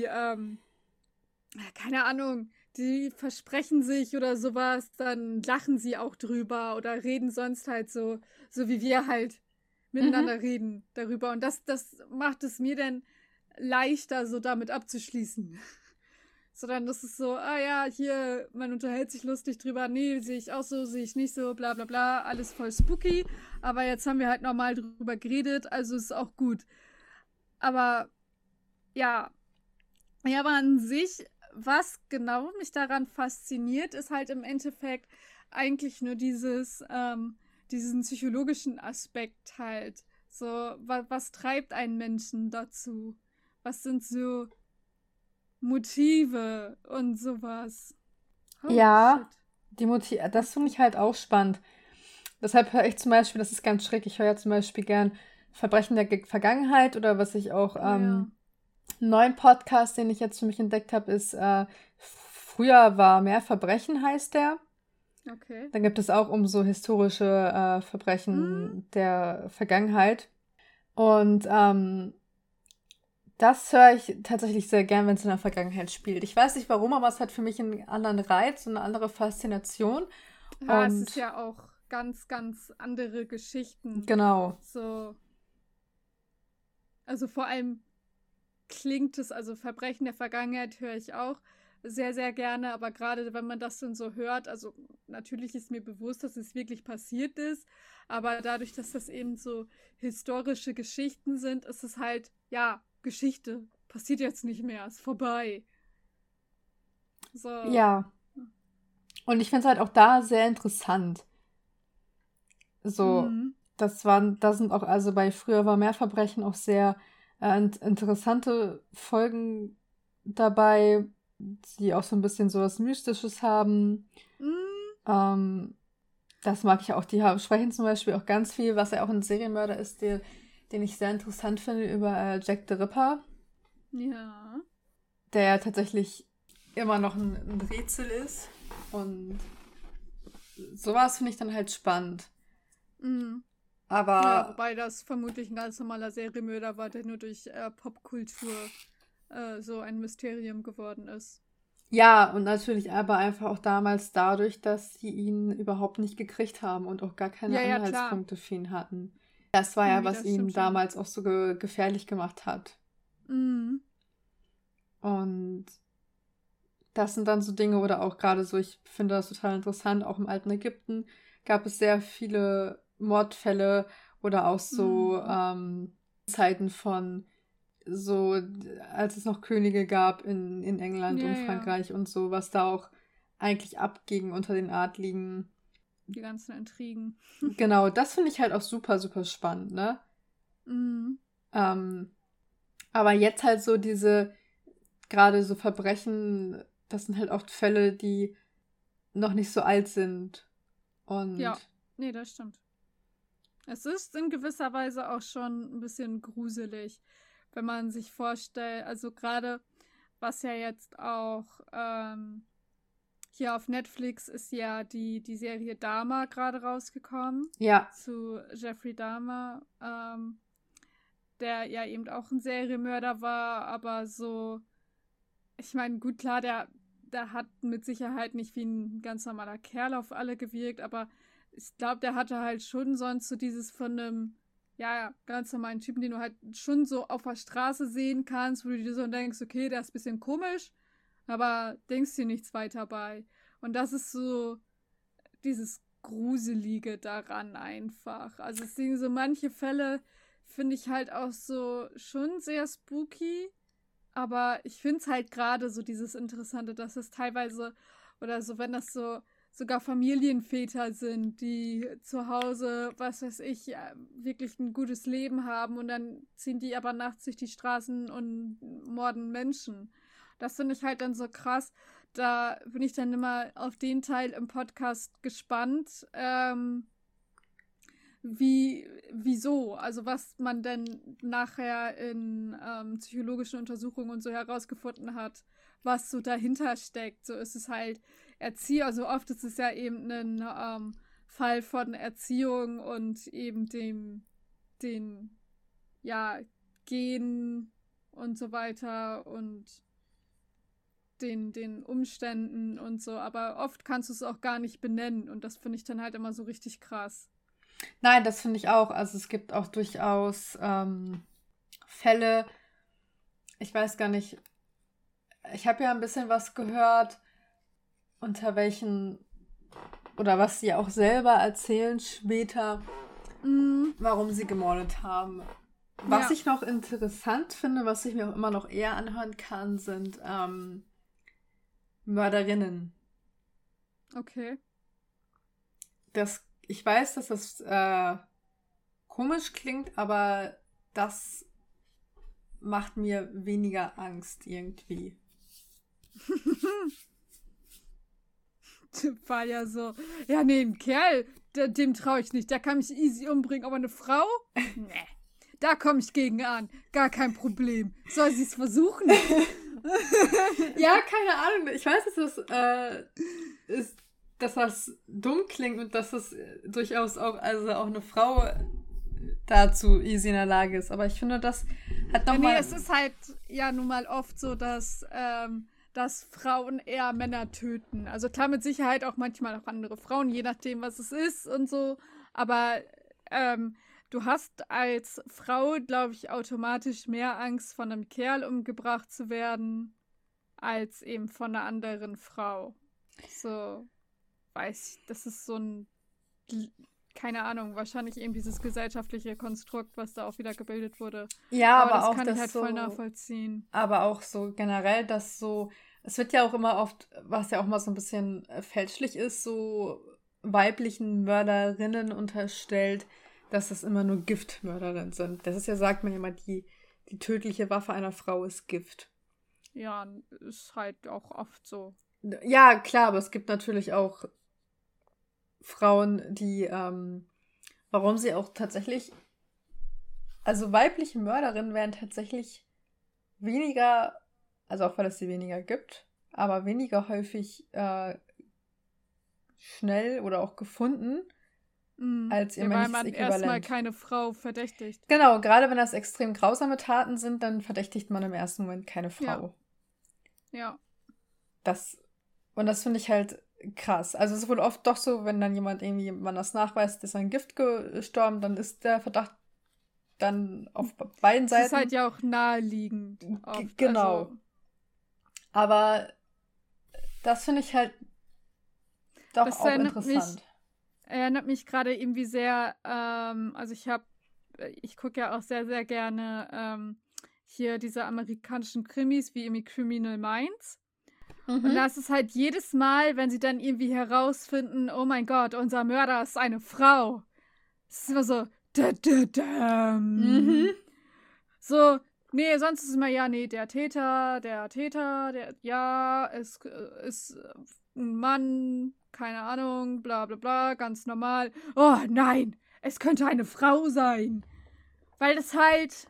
[SPEAKER 3] keine Ahnung, die versprechen sich oder sowas, dann lachen sie auch drüber oder reden sonst halt so wie wir halt miteinander reden darüber. Und das macht es mir dann leichter, so damit abzuschließen. Sondern das ist so, ah ja, hier, man unterhält sich lustig drüber, nee, sehe ich auch so, sehe ich nicht so, bla bla bla, alles voll spooky. Aber jetzt haben wir halt normal drüber geredet, also ist auch gut. Aber ja, aber an sich, was genau mich daran fasziniert, ist halt im Endeffekt eigentlich nur diesen psychologischen Aspekt halt. So, was treibt einen Menschen dazu? Was sind so Motive und sowas? Holy
[SPEAKER 1] Ja,
[SPEAKER 3] shit.
[SPEAKER 1] das finde ich halt auch spannend. Deshalb höre ich zum Beispiel, das ist ganz schräg, ich höre ja zum Beispiel gern Verbrechen der Vergangenheit oder was ich auch,
[SPEAKER 3] Ja.
[SPEAKER 1] einen neuen Podcast, den ich jetzt für mich entdeckt habe, ist Früher war mehr Verbrechen, heißt der.
[SPEAKER 3] Okay.
[SPEAKER 1] Dann gibt es auch um so historische Verbrechen der Vergangenheit. Und das höre ich tatsächlich sehr gern, wenn es in der Vergangenheit spielt. Ich weiß nicht warum, aber es hat für mich einen anderen Reiz und eine andere Faszination.
[SPEAKER 3] Ja, es
[SPEAKER 1] Und
[SPEAKER 3] ist ja auch ganz, ganz andere Geschichten.
[SPEAKER 1] genau.
[SPEAKER 3] So. Also vor allem klingt es, also Verbrechen der Vergangenheit höre ich auch sehr, sehr gerne, aber gerade wenn man das dann so hört, also natürlich ist mir bewusst, dass es wirklich passiert ist, aber dadurch, dass das eben so historische Geschichten sind, ist es halt, ja, Geschichte. Passiert jetzt nicht mehr, ist vorbei. So.
[SPEAKER 1] Ja. Und ich finde es halt auch da sehr interessant. So,
[SPEAKER 3] Mhm.
[SPEAKER 1] da sind auch, also bei Früher war mehr Verbrechen auch sehr interessante Folgen dabei, die auch so ein bisschen so was Mystisches haben.
[SPEAKER 3] Mhm.
[SPEAKER 1] Das mag ich auch. Sprechen zum Beispiel auch ganz viel, was ja auch ein Serienmörder ist, den ich sehr interessant finde, über Jack the Ripper,
[SPEAKER 3] Ja.
[SPEAKER 1] der ja tatsächlich immer noch ein Rätsel ist. Und sowas finde ich dann halt spannend.
[SPEAKER 3] Mhm.
[SPEAKER 1] Aber
[SPEAKER 3] Ja, wobei das vermutlich ein ganz normaler Serienmörder war, der nur durch Popkultur so ein Mysterium geworden ist.
[SPEAKER 1] ja, und natürlich aber einfach auch damals dadurch, dass sie ihn überhaupt nicht gekriegt haben und auch gar keine
[SPEAKER 3] Ja, ja, klar.
[SPEAKER 1] Anhaltspunkte für ihn hatten. Das war ja,
[SPEAKER 3] Nee,
[SPEAKER 1] was
[SPEAKER 3] das
[SPEAKER 1] ihn
[SPEAKER 3] stimmt schon.
[SPEAKER 1] damals auch so gefährlich gemacht hat.
[SPEAKER 3] Mhm.
[SPEAKER 1] Und das sind dann so Dinge, oder auch gerade so, ich finde das total interessant, auch im alten Ägypten gab es sehr viele Mordfälle oder auch so Zeiten von so, als es noch Könige gab in England
[SPEAKER 3] Ja,
[SPEAKER 1] und
[SPEAKER 3] ja.
[SPEAKER 1] Frankreich und so, was da auch eigentlich abging unter den Adligen.
[SPEAKER 3] Die ganzen Intrigen.
[SPEAKER 1] Genau, das finde ich halt auch super, super spannend, ne?
[SPEAKER 3] Mhm.
[SPEAKER 1] Aber jetzt halt so gerade so Verbrechen, das sind halt oft Fälle, die noch nicht so alt sind. Und
[SPEAKER 3] Ja, nee, das stimmt. Es ist in gewisser Weise auch schon ein bisschen gruselig, wenn man sich vorstellt, also gerade was ja jetzt auch hier auf Netflix ist ja die Serie Dahmer gerade rausgekommen
[SPEAKER 1] ja,
[SPEAKER 3] zu Jeffrey Dahmer. der ja eben auch ein Serienmörder war, aber so, ich meine, gut, klar, der hat mit Sicherheit nicht wie ein ganz normaler Kerl auf alle gewirkt, aber ich glaube, der hatte halt schon sonst so dieses von einem, ja, ganz normalen Typen, den du halt schon so auf der Straße sehen kannst, wo du dir so denkst, okay, der ist ein bisschen komisch, aber denkst dir nichts weiter bei. Und das ist so dieses Gruselige daran einfach. Also es sind so manche Fälle, finde ich halt auch so schon sehr spooky, aber ich finde es halt gerade so dieses Interessante, dass es teilweise, oder so, wenn das so sogar Familienväter sind, die zu Hause, was weiß ich, wirklich ein gutes Leben haben und dann ziehen die aber nachts durch die Straßen und morden Menschen. Das finde ich halt dann so krass. Da bin ich dann immer auf den Teil im Podcast gespannt, wieso, also was man denn nachher in psychologischen Untersuchungen und so herausgefunden hat, was so dahinter steckt. So ist es halt Erziehung, also oft ist es ja eben ein Fall von Erziehung und eben den ja, Gen und so weiter und den Umständen und so, aber oft kannst du es auch gar nicht benennen und das finde ich dann halt immer so richtig krass.
[SPEAKER 2] Nein, das finde ich auch. Also es gibt auch durchaus Fälle, ich weiß gar nicht, ich habe ja ein bisschen was gehört, unter welchen, oder was sie auch selber erzählen später, warum sie gemordet haben. Was ich noch interessant finde, was ich mir auch immer noch eher anhören kann, sind Mörderinnen.
[SPEAKER 3] Okay.
[SPEAKER 2] Ich weiß, dass das komisch klingt, aber das macht mir weniger Angst irgendwie.
[SPEAKER 3] War ja so, ja, nee, ein Kerl, dem traue ich nicht, der kann mich easy umbringen, aber eine Frau? Nee, da komme ich gegen an, gar kein Problem. Soll sie es versuchen?
[SPEAKER 2] Ja, keine Ahnung, ich weiß, dass das dumm klingt und dass es durchaus auch eine Frau dazu easy in der Lage ist, aber ich finde, das hat nochmal...
[SPEAKER 3] Nee, es ist halt ja nun mal oft so, dass Frauen eher Männer töten. Also klar, mit Sicherheit auch manchmal auch andere Frauen, je nachdem, was es ist und so. Aber du hast als Frau, glaube ich, automatisch mehr Angst, von einem Kerl umgebracht zu werden, als eben von einer anderen Frau. So, weiß ich, das ist so ein, keine Ahnung, wahrscheinlich eben dieses gesellschaftliche Konstrukt, was da auch wieder gebildet wurde.
[SPEAKER 2] Ja, aber
[SPEAKER 3] das
[SPEAKER 2] auch
[SPEAKER 3] kann ich
[SPEAKER 2] das
[SPEAKER 3] halt
[SPEAKER 2] so,
[SPEAKER 3] voll nachvollziehen.
[SPEAKER 2] aber auch so generell, dass so, es wird ja auch immer oft, was ja auch mal so ein bisschen fälschlich ist, so weiblichen Mörderinnen unterstellt, dass das immer nur Giftmörderinnen sind. Das ist ja, sagt man ja immer, die tödliche Waffe einer Frau ist Gift.
[SPEAKER 3] Ja, ist halt auch oft so.
[SPEAKER 2] Ja, klar, aber es gibt natürlich auch Frauen, die, warum sie auch tatsächlich, also weibliche Mörderinnen werden tatsächlich weniger, also auch weil es sie weniger gibt, aber weniger häufig schnell oder auch gefunden als ihr männliches
[SPEAKER 3] Weil man
[SPEAKER 2] Äquivalent.
[SPEAKER 3] erstmal keine Frau verdächtigt.
[SPEAKER 2] Genau, gerade wenn das extrem grausame Taten sind, dann verdächtigt man im ersten Moment keine Frau.
[SPEAKER 3] Ja.
[SPEAKER 2] Und das finde ich halt krass. Also es ist wohl oft doch so, wenn dann man das nachweist, ist an Gift gestorben, dann ist der Verdacht dann auf beiden Seiten.
[SPEAKER 3] Das ist halt ja auch naheliegend. Oft.
[SPEAKER 2] Genau.
[SPEAKER 3] Also,
[SPEAKER 2] aber das finde ich halt doch
[SPEAKER 3] das
[SPEAKER 2] auch interessant.
[SPEAKER 3] Erinnert mich gerade irgendwie sehr, also ich gucke ja auch sehr, sehr gerne hier diese amerikanischen Krimis, wie irgendwie Criminal Minds. Und das ist halt jedes Mal, wenn sie dann irgendwie herausfinden, oh mein Gott, unser Mörder ist eine Frau. Es ist immer so, so, nee, sonst ist es immer, ja, nee, der Täter, es ist ein Mann, keine Ahnung, bla bla bla, ganz normal. Oh nein, es könnte eine Frau sein. Weil das halt,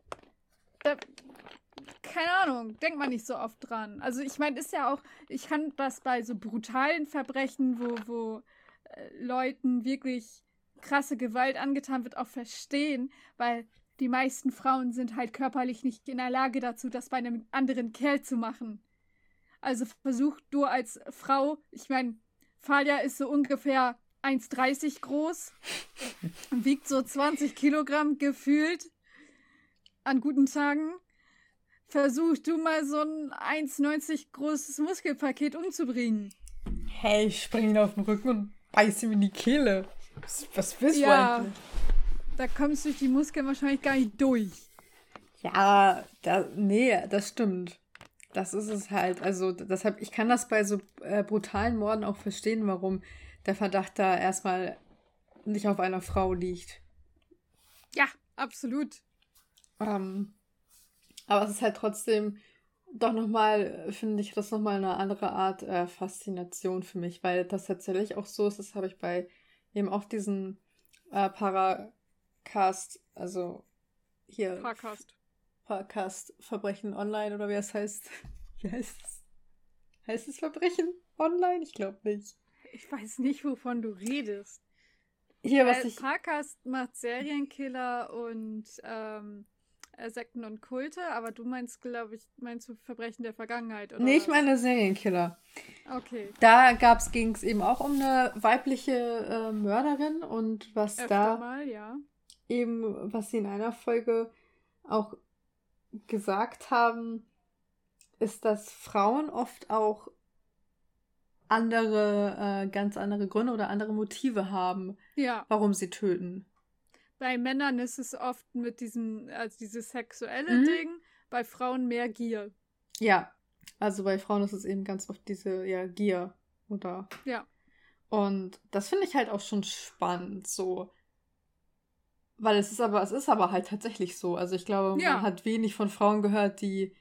[SPEAKER 3] keine Ahnung, denkt man nicht so oft dran. Also ich meine, ist ja auch, ich kann das bei so brutalen Verbrechen, wo Leuten wirklich krasse Gewalt angetan wird, auch verstehen, weil die meisten Frauen sind halt körperlich nicht in der Lage dazu, das bei einem anderen Kerl zu machen. Also versuch du als Frau, ich meine, Falia ist so ungefähr 1,30 groß, wiegt so 20 Kilogramm gefühlt an guten Tagen. Versuch du mal so ein 1,90 großes Muskelpaket umzubringen.
[SPEAKER 2] Hey, ich spring ihn auf den Rücken und beiß ihm in die Kehle. Was willst du eigentlich?
[SPEAKER 3] Da kommst du durch die Muskeln wahrscheinlich gar nicht durch.
[SPEAKER 2] Ja, nee, das stimmt. Das ist es halt. Also, deshalb, ich kann das bei so brutalen Morden auch verstehen, warum der Verdacht da erstmal nicht auf einer Frau liegt.
[SPEAKER 3] Ja, absolut.
[SPEAKER 2] Aber es ist halt trotzdem doch nochmal, finde ich, das nochmal eine andere Art Faszination für mich, weil das tatsächlich auch so ist, das habe ich bei eben auch diesen Paracast, also hier Paracast Verbrechen online oder wie es heißt. Wie heißt es? Heißt es Verbrechen online? Ich glaube nicht.
[SPEAKER 3] Ich weiß nicht, wovon du redest.
[SPEAKER 2] Hier, was ich...
[SPEAKER 3] Paracast macht Serienkiller und Sekten und Kulte, aber du meinst, glaube ich, du Verbrechen der Vergangenheit, oder?
[SPEAKER 2] Nee, ich meine Serienkiller.
[SPEAKER 3] Okay.
[SPEAKER 2] Da ging es eben auch um eine weibliche Mörderin und was
[SPEAKER 3] Öfter mal, ja.
[SPEAKER 2] Eben, was sie in einer Folge auch gesagt haben, ist, dass Frauen oft auch ganz andere Gründe oder andere Motive haben, warum sie töten.
[SPEAKER 3] Bei Männern ist es oft mit dieses sexuelle Ding, bei Frauen mehr Gier.
[SPEAKER 2] Ja, also bei Frauen ist es eben ganz oft diese, Gier, oder?
[SPEAKER 3] Ja.
[SPEAKER 2] Und das finde ich halt auch schon spannend, so. Weil es ist aber halt tatsächlich so. Also ich glaube, man hat wenig von Frauen gehört, die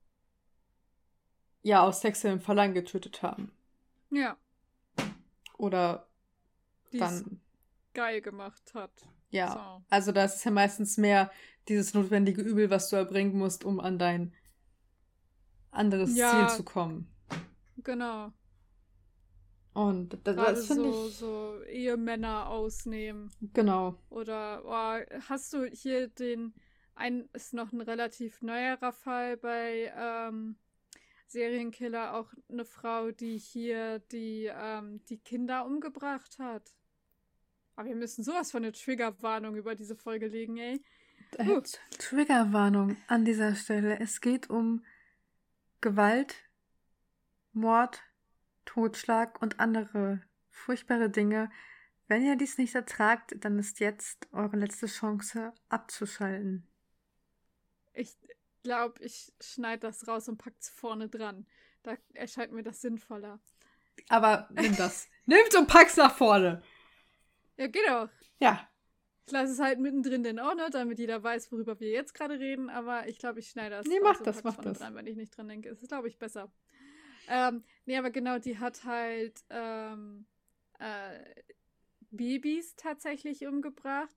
[SPEAKER 2] aus sexuellem Verlangen getötet haben.
[SPEAKER 3] Ja.
[SPEAKER 2] Oder
[SPEAKER 3] die
[SPEAKER 2] dann
[SPEAKER 3] geil gemacht hat.
[SPEAKER 2] Ja,
[SPEAKER 3] so.
[SPEAKER 2] Also das ist ja meistens mehr dieses notwendige Übel, was du erbringen musst, um an dein anderes Ziel zu kommen.
[SPEAKER 3] Genau.
[SPEAKER 2] Und das finde ich...
[SPEAKER 3] so Ehemänner ausnehmen.
[SPEAKER 2] Genau.
[SPEAKER 3] Oder hast du hier ist noch ein relativ neuerer Fall bei Serienkiller, auch eine Frau, die hier die Kinder umgebracht hat. Aber wir müssen sowas von eine Triggerwarnung über diese Folge legen, ey.
[SPEAKER 1] Triggerwarnung an dieser Stelle. Es geht um Gewalt, Mord, Totschlag und andere furchtbare Dinge. Wenn ihr dies nicht ertragt, dann ist jetzt eure letzte Chance abzuschalten.
[SPEAKER 3] Ich glaube, ich schneide das raus und pack's vorne dran. Da erscheint mir das sinnvoller.
[SPEAKER 2] Aber nimm das. Nimm's und pack's nach vorne.
[SPEAKER 3] Ja, geht auch.
[SPEAKER 2] Ja.
[SPEAKER 3] Ich lasse es halt mittendrin den auch noch, damit jeder weiß, worüber wir jetzt gerade reden. Aber ich glaube, ich schneide das
[SPEAKER 2] raus
[SPEAKER 3] mach
[SPEAKER 2] das.
[SPEAKER 3] Dran, wenn ich nicht dran denke. Es ist, glaube ich, besser. Aber genau, die hat halt Babys tatsächlich umgebracht.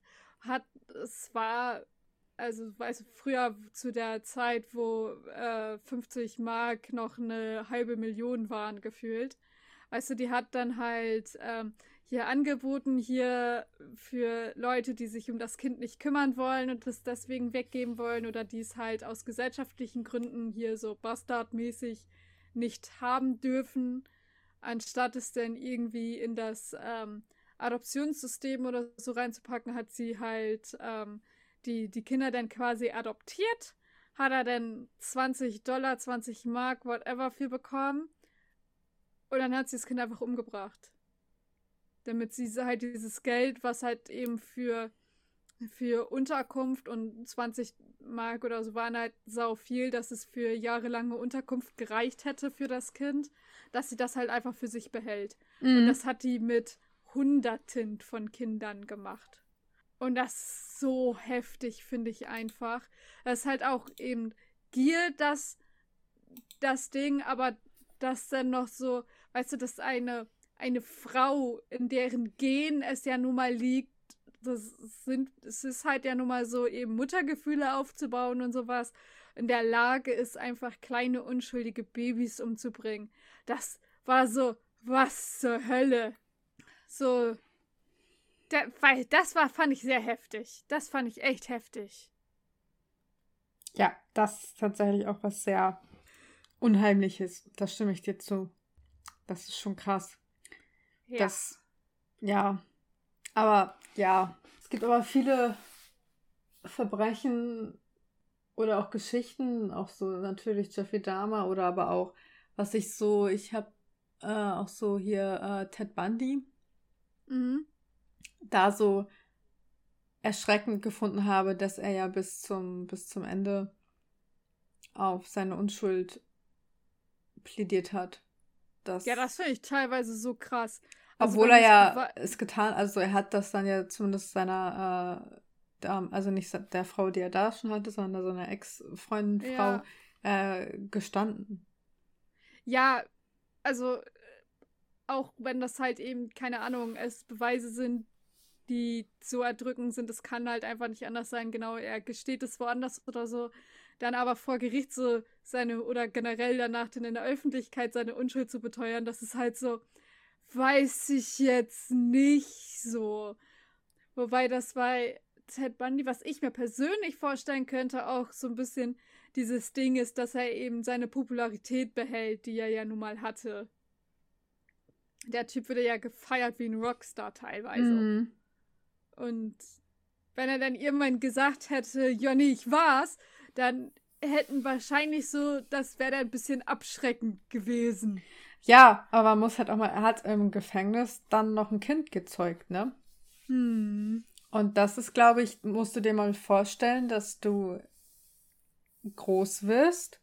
[SPEAKER 3] Früher zu der Zeit, wo 50 Mark noch eine halbe Million waren, gefühlt. Weißt du, die hat dann halt hier angeboten, hier für Leute, die sich um das Kind nicht kümmern wollen und das deswegen weggeben wollen oder die es halt aus gesellschaftlichen Gründen hier so bastardmäßig nicht haben dürfen, anstatt es dann irgendwie in das Adoptionssystem oder so reinzupacken, hat sie halt die Kinder dann quasi adoptiert, hat er dann $20, 20 Mark, whatever für bekommen und dann hat sie das Kind einfach umgebracht. Damit sie halt dieses Geld, was halt eben für Unterkunft und 20 Mark oder so waren halt sau viel, dass es für jahrelange Unterkunft gereicht hätte für das Kind, dass sie das halt einfach für sich behält. Und das hat die mit Hunderten von Kindern gemacht. Und das ist so heftig, finde ich einfach. Das ist halt auch eben Gier, das Ding, aber das dann noch so, weißt du, dass eine Frau, in deren Gen es ja nun mal liegt, es ist halt ja nun mal so, eben Muttergefühle aufzubauen und sowas, in der Lage ist, einfach kleine, unschuldige Babys umzubringen. Das war so, was zur Hölle? So, fand ich sehr heftig. Das fand ich echt heftig.
[SPEAKER 1] Ja, das ist tatsächlich auch was sehr Unheimliches. Da stimme ich dir zu. Das ist schon krass.
[SPEAKER 3] Ja.
[SPEAKER 1] Das, ja. Aber ja, es gibt aber viele Verbrechen oder auch Geschichten, auch so natürlich Jeffrey Dahmer oder aber auch, ich habe auch so hier Ted Bundy,
[SPEAKER 3] Mhm.
[SPEAKER 1] da so erschreckend gefunden habe, dass er ja bis zum Ende auf seine Unschuld plädiert hat.
[SPEAKER 3] Ja, das finde ich teilweise so krass. Also
[SPEAKER 1] Obwohl
[SPEAKER 3] wenn
[SPEAKER 1] er
[SPEAKER 3] es
[SPEAKER 1] ja es getan, also er hat das dann ja zumindest seiner, also nicht der Frau, die er da schon hatte, sondern seiner Ex-Freundin, Frau,
[SPEAKER 3] ja,
[SPEAKER 1] gestanden.
[SPEAKER 3] ja, also auch wenn das halt eben, keine Ahnung, es Beweise sind, die so erdrückend sind, es kann halt einfach nicht anders sein. Genau, er gesteht es woanders oder so. Dann aber vor Gericht so seine, oder generell danach dann in der Öffentlichkeit seine Unschuld zu beteuern, das ist halt so, weiß ich jetzt nicht so. Wobei das bei Ted Bundy, was ich mir persönlich vorstellen könnte, auch so ein bisschen dieses Ding ist, dass er eben seine Popularität behält, die er ja nun mal hatte. Der Typ wurde ja gefeiert wie ein Rockstar teilweise.
[SPEAKER 1] Mhm.
[SPEAKER 3] Und wenn er dann irgendwann gesagt hätte, ja, nee, ich war's, dann hätten wahrscheinlich so, das wäre dann ein bisschen abschreckend gewesen.
[SPEAKER 1] Ja, aber man muss halt auch mal, er hat im Gefängnis dann noch ein Kind gezeugt, ne?
[SPEAKER 3] Hm.
[SPEAKER 1] Und das ist, glaube ich, musst du dir mal vorstellen, dass du groß wirst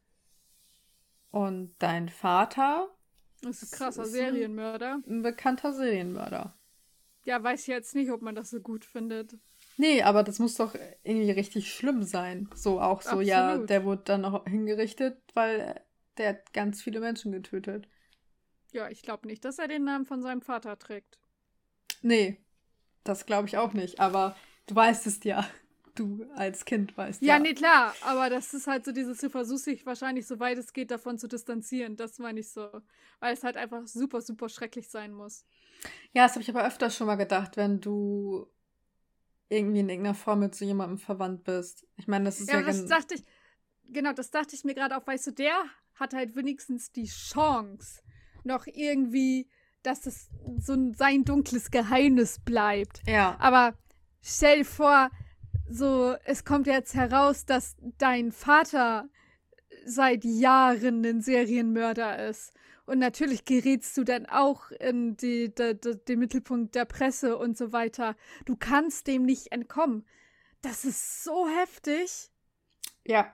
[SPEAKER 1] und dein Vater
[SPEAKER 3] Das ist ein krasser
[SPEAKER 1] ist
[SPEAKER 3] Serienmörder.
[SPEAKER 1] ein bekannter Serienmörder.
[SPEAKER 3] Ja, weiß ich jetzt nicht, ob man das so gut findet.
[SPEAKER 1] Nee, aber das muss doch irgendwie richtig schlimm sein. So auch so, ja,
[SPEAKER 3] Absolut.
[SPEAKER 1] der wurde dann noch hingerichtet, weil der hat ganz viele Menschen getötet.
[SPEAKER 3] Ja, ich glaube nicht, dass er den Namen von seinem Vater trägt.
[SPEAKER 1] Nee, das glaube ich auch nicht, aber du weißt es ja. Du als Kind weißt
[SPEAKER 3] Ja,
[SPEAKER 1] ja.
[SPEAKER 3] nee, klar, aber das ist halt so dieses, du versuchst dich wahrscheinlich so weit es geht davon zu distanzieren. Das meine ich so. Weil es halt einfach super, super schrecklich sein muss.
[SPEAKER 1] Ja, das habe ich aber öfter schon mal gedacht, wenn du irgendwie in irgendeiner Form mit so jemandem verwandt bist. Ich meine, das ist
[SPEAKER 3] Ja,
[SPEAKER 1] ja
[SPEAKER 3] aber das dachte ich, genau, das dachte ich mir gerade auch, weißt du, der hat halt wenigstens die Chance, noch irgendwie, dass es so sein dunkles Geheimnis bleibt.
[SPEAKER 1] ja.
[SPEAKER 3] Aber stell dir vor, so, es kommt jetzt heraus, dass dein Vater seit Jahren ein Serienmörder ist. Und natürlich gerätst du dann auch in den Mittelpunkt der Presse und so weiter. Du kannst dem nicht entkommen. Das ist so heftig.
[SPEAKER 1] Ja.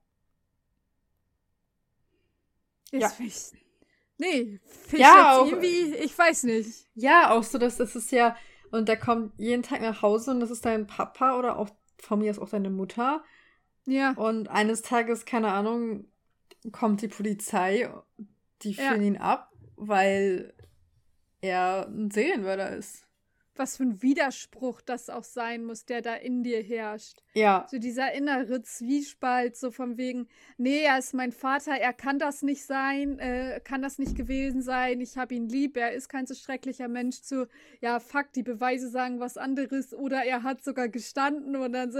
[SPEAKER 1] Ja.
[SPEAKER 3] Nee, find
[SPEAKER 1] Ja,
[SPEAKER 3] ich jetzt
[SPEAKER 1] auch-
[SPEAKER 3] irgendwie, ich weiß nicht.
[SPEAKER 1] Ja, auch so, dass das ist ja, und der kommt jeden Tag nach Hause und das ist dein Papa oder auch von mir ist auch deine Mutter.
[SPEAKER 3] Ja,
[SPEAKER 1] Und eines Tages, keine Ahnung, kommt die Polizei, die
[SPEAKER 3] Ja.
[SPEAKER 1] führen ihn ab, weil er ein Serienmörder ist.
[SPEAKER 3] was für ein Widerspruch das auch sein muss, der da in dir herrscht.
[SPEAKER 1] Ja.
[SPEAKER 3] So dieser innere Zwiespalt, so von wegen, nee, er ist mein Vater, er kann das nicht sein, kann das nicht gewesen sein, ich habe ihn lieb, er ist kein so schrecklicher Mensch zu, ja, fuck, die Beweise sagen was anderes oder er hat sogar gestanden und dann so,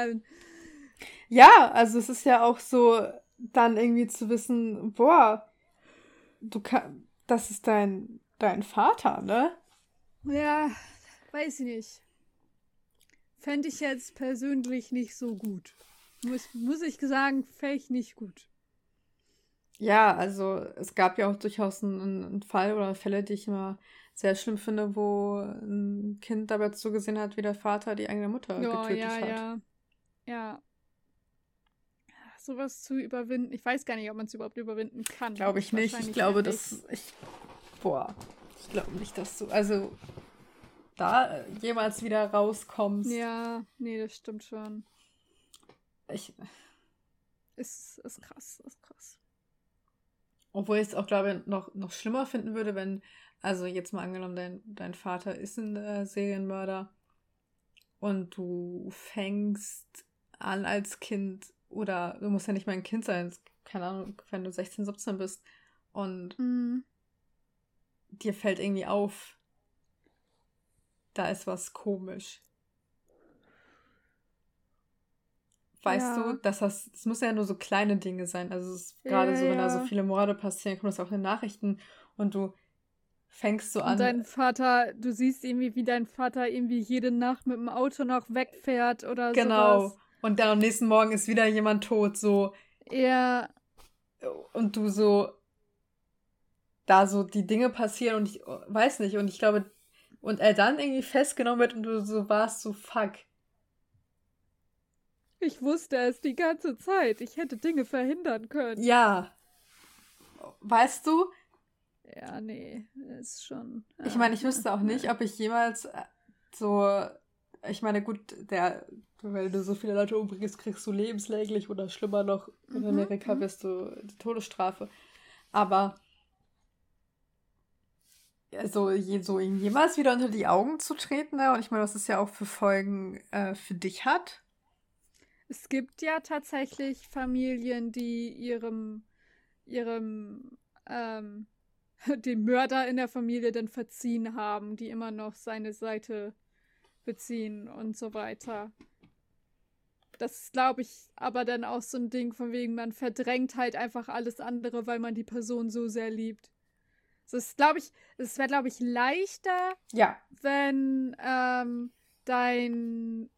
[SPEAKER 1] Ja, also es ist ja auch so, dann irgendwie zu wissen, boah, das ist dein Vater, ne?
[SPEAKER 3] ja, weiß ich nicht. Fände ich jetzt persönlich nicht so gut. Muss ich sagen, fände ich nicht gut.
[SPEAKER 1] Ja, also es gab ja auch durchaus einen Fall oder Fälle, die ich immer sehr schlimm finde, wo ein Kind dabei zugesehen hat, wie der Vater die eigene Mutter getötet hat.
[SPEAKER 3] Ja. Sowas zu überwinden. Ich weiß gar nicht, ob man es überhaupt überwinden kann.
[SPEAKER 1] Glaube ich nicht. Ich
[SPEAKER 3] Wahrscheinlich
[SPEAKER 1] glaube,
[SPEAKER 3] eher nicht.
[SPEAKER 1] ich glaube nicht, dass du, also da jemals wieder rauskommst.
[SPEAKER 3] Ja, nee, das stimmt schon.
[SPEAKER 1] Ich,
[SPEAKER 3] Ist krass, ist krass.
[SPEAKER 1] obwohl ich es auch, glaube ich, noch schlimmer finden würde, wenn, also jetzt mal angenommen, dein Vater ist ein Serienmörder und du fängst an als Kind, oder du musst ja nicht mal ein Kind sein, keine Ahnung, wenn du 16, 17 bist und dir fällt irgendwie auf, da ist was komisch. weißt
[SPEAKER 3] Ja.
[SPEAKER 1] du, das müssen ja nur so kleine Dinge sein. Also es ist gerade so, wenn da so
[SPEAKER 3] Ja.
[SPEAKER 1] viele Morde passieren, kommt das auch in den Nachrichten und du fängst so
[SPEAKER 3] Und
[SPEAKER 1] an.
[SPEAKER 3] dein Vater, du siehst irgendwie, wie dein Vater irgendwie jede Nacht mit dem Auto noch wegfährt oder
[SPEAKER 1] Genau.
[SPEAKER 3] sowas.
[SPEAKER 1] Und dann am nächsten Morgen ist wieder jemand tot, so.
[SPEAKER 3] Ja,
[SPEAKER 1] Und du so, da so die Dinge passieren und ich weiß nicht. Und ich glaube, und er dann irgendwie festgenommen wird und du so warst, so fuck.
[SPEAKER 3] ich wusste es die ganze Zeit. Ich hätte Dinge verhindern können.
[SPEAKER 1] Ja. Weißt du,
[SPEAKER 3] Ja, nee, ist schon.
[SPEAKER 1] ich meine, ich wüsste auch nicht, ob ich jemals so, ich meine, gut, weil du so viele Leute umbringst, kriegst du lebenslänglich oder schlimmer noch, in Amerika wirst du die Todesstrafe. Aber so ihm jemals wieder unter die Augen zu treten, ne? Und ich meine, was es ja auch für Folgen für dich hat.
[SPEAKER 3] Es gibt ja tatsächlich Familien, die ihrem den Mörder in der Familie dann verziehen haben, die immer noch seine Seite beziehen und so weiter. Das ist, glaube ich, aber dann auch so ein Ding von wegen, man verdrängt halt einfach alles andere, weil man die Person so sehr liebt. Es wäre, glaube ich, leichter,
[SPEAKER 1] Ja.
[SPEAKER 3] wenn dein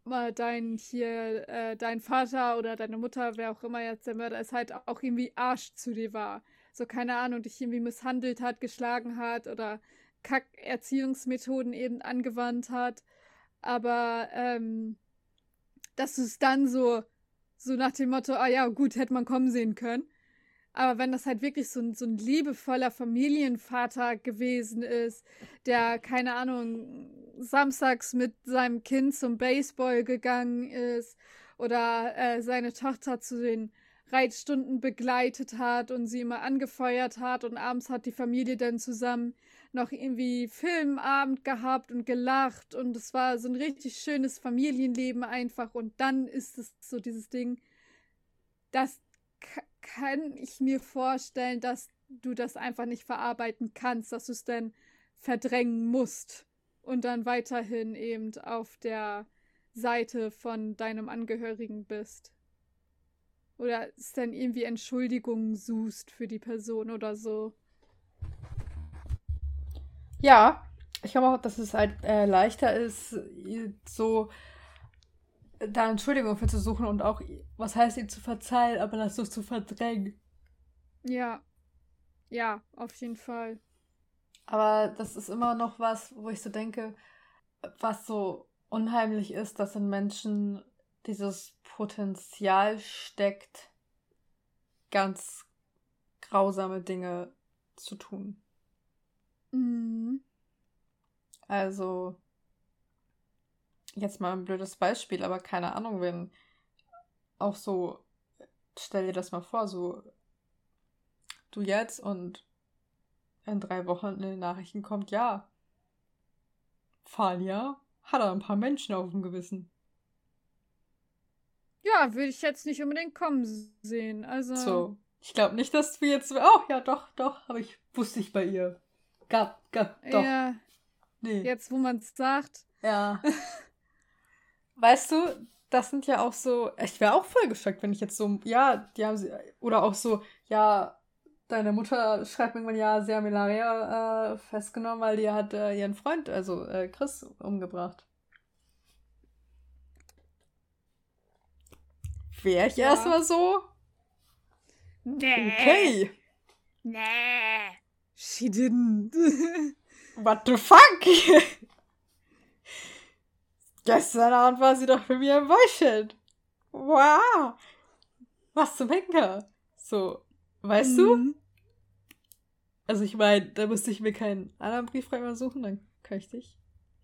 [SPEAKER 3] Vater oder deine Mutter, wer auch immer jetzt der Mörder ist, halt auch irgendwie Arsch zu dir war. So, keine Ahnung, dich irgendwie misshandelt hat, geschlagen hat oder Kack-Erziehungsmethoden eben angewandt hat. Aber, dass du es dann so nach dem Motto, ah ja, gut, hätte man kommen sehen können. Aber wenn das halt wirklich so ein liebevoller Familienvater gewesen ist, der, keine Ahnung, samstags mit seinem Kind zum Baseball gegangen ist oder seine Tochter zu den Reitstunden begleitet hat und sie immer angefeuert hat und abends hat die Familie dann zusammen noch irgendwie Filmabend gehabt und gelacht und es war so ein richtig schönes Familienleben einfach und dann ist es so dieses Ding, das kann ich mir vorstellen, dass du das einfach nicht verarbeiten kannst, dass du es dann verdrängen musst und dann weiterhin eben auf der Seite von deinem Angehörigen bist. Oder es dann irgendwie Entschuldigungen suchst für die Person oder so.
[SPEAKER 1] Ja, ich glaube auch, dass es halt leichter ist, so da Entschuldigung für zu suchen und auch, was heißt ihm zu verzeihen, aber das so zu verdrängen.
[SPEAKER 3] Ja. Ja, auf jeden Fall.
[SPEAKER 1] Aber das ist immer noch was, wo ich so denke, was so unheimlich ist, dass in Menschen dieses Potenzial steckt, ganz grausame Dinge zu tun.
[SPEAKER 3] Mhm.
[SPEAKER 1] Also, jetzt mal ein blödes Beispiel, aber keine Ahnung, wenn auch so, stell dir das mal vor, so du jetzt und in 3 Wochen in den Nachrichten kommt, ja, Falia hat er ein paar Menschen auf dem Gewissen.
[SPEAKER 3] Ja, würde ich jetzt nicht unbedingt kommen sehen. Also.
[SPEAKER 1] So, ich glaube nicht, dass wir jetzt, oh ja, doch, aber wusste ich bei ihr. Gab, doch.
[SPEAKER 3] Ja,
[SPEAKER 1] Nee.
[SPEAKER 3] jetzt wo man es sagt.
[SPEAKER 1] Ja. Weißt du, das sind ja auch so, ich wäre auch voll geschockt, wenn ich jetzt so, ja, die haben sie, oder auch so, ja, deine Mutter schreibt irgendwann, ja, sie haben Ilaria festgenommen, weil die hat ihren Freund, also Chris, umgebracht. Wäre ich
[SPEAKER 3] Ja.
[SPEAKER 1] erstmal so?
[SPEAKER 3] Nee.
[SPEAKER 1] Okay.
[SPEAKER 3] Nee. She didn't.
[SPEAKER 1] What the fuck? Gestern Abend war sie doch bei mir im Boyshed. Wow. Was zum Henker? So, weißt du?
[SPEAKER 3] Mhm.
[SPEAKER 1] Also ich meine, da müsste ich mir keinen anderen Briefschreiber suchen, dann kann ich dich.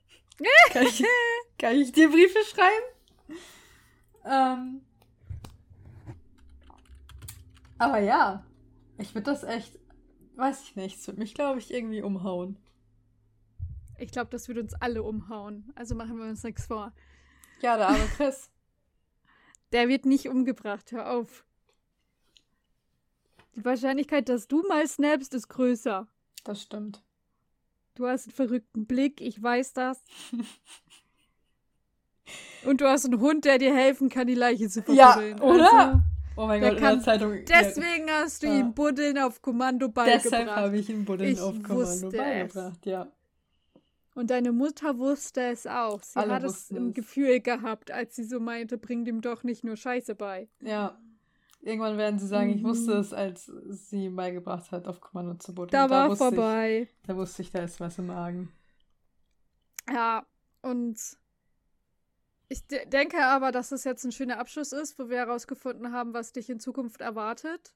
[SPEAKER 1] kann ich dir Briefe schreiben? Aber ja, ich würde das echt, weiß ich nicht, es würde mich, glaube ich, irgendwie umhauen.
[SPEAKER 3] Ich glaube, das würde uns alle umhauen. Also machen wir uns nichts vor.
[SPEAKER 1] Ja, der arme Chris.
[SPEAKER 3] Der wird nicht umgebracht, hör auf. Die Wahrscheinlichkeit, dass du mal snappst, ist größer.
[SPEAKER 1] Das stimmt.
[SPEAKER 3] Du hast einen verrückten Blick, ich weiß das. Und du hast einen Hund, der dir helfen kann, die Leiche zu
[SPEAKER 2] Ja,
[SPEAKER 3] verbuddeln.
[SPEAKER 2] oder?
[SPEAKER 3] Also,
[SPEAKER 2] Oh mein
[SPEAKER 3] der
[SPEAKER 2] Gott, in der
[SPEAKER 3] kann-
[SPEAKER 2] Zeitung.
[SPEAKER 3] deswegen hast du
[SPEAKER 2] Ja.
[SPEAKER 3] ihm Buddeln auf Kommando beigebracht.
[SPEAKER 2] Deshalb habe ich ihm Buddeln
[SPEAKER 3] Ich
[SPEAKER 2] auf Kommando
[SPEAKER 3] wusste
[SPEAKER 2] beigebracht, ja.
[SPEAKER 3] Und deine Mutter wusste es auch. Sie
[SPEAKER 2] Alle
[SPEAKER 3] hat es
[SPEAKER 2] wussten
[SPEAKER 3] im
[SPEAKER 2] es.
[SPEAKER 3] Gefühl gehabt, als sie so meinte, bring dem doch nicht nur Scheiße bei.
[SPEAKER 2] Ja. Irgendwann werden sie sagen, ich wusste
[SPEAKER 3] Mhm.
[SPEAKER 2] es, als sie ihm beigebracht hat, auf Kommando zu buddeln.
[SPEAKER 3] Da war
[SPEAKER 2] wusste
[SPEAKER 3] vorbei.
[SPEAKER 2] Da wusste ich, da ist was im Magen.
[SPEAKER 3] Ja, und ich denke aber, dass es jetzt ein schöner Abschluss ist, wo wir herausgefunden haben, was dich in Zukunft erwartet.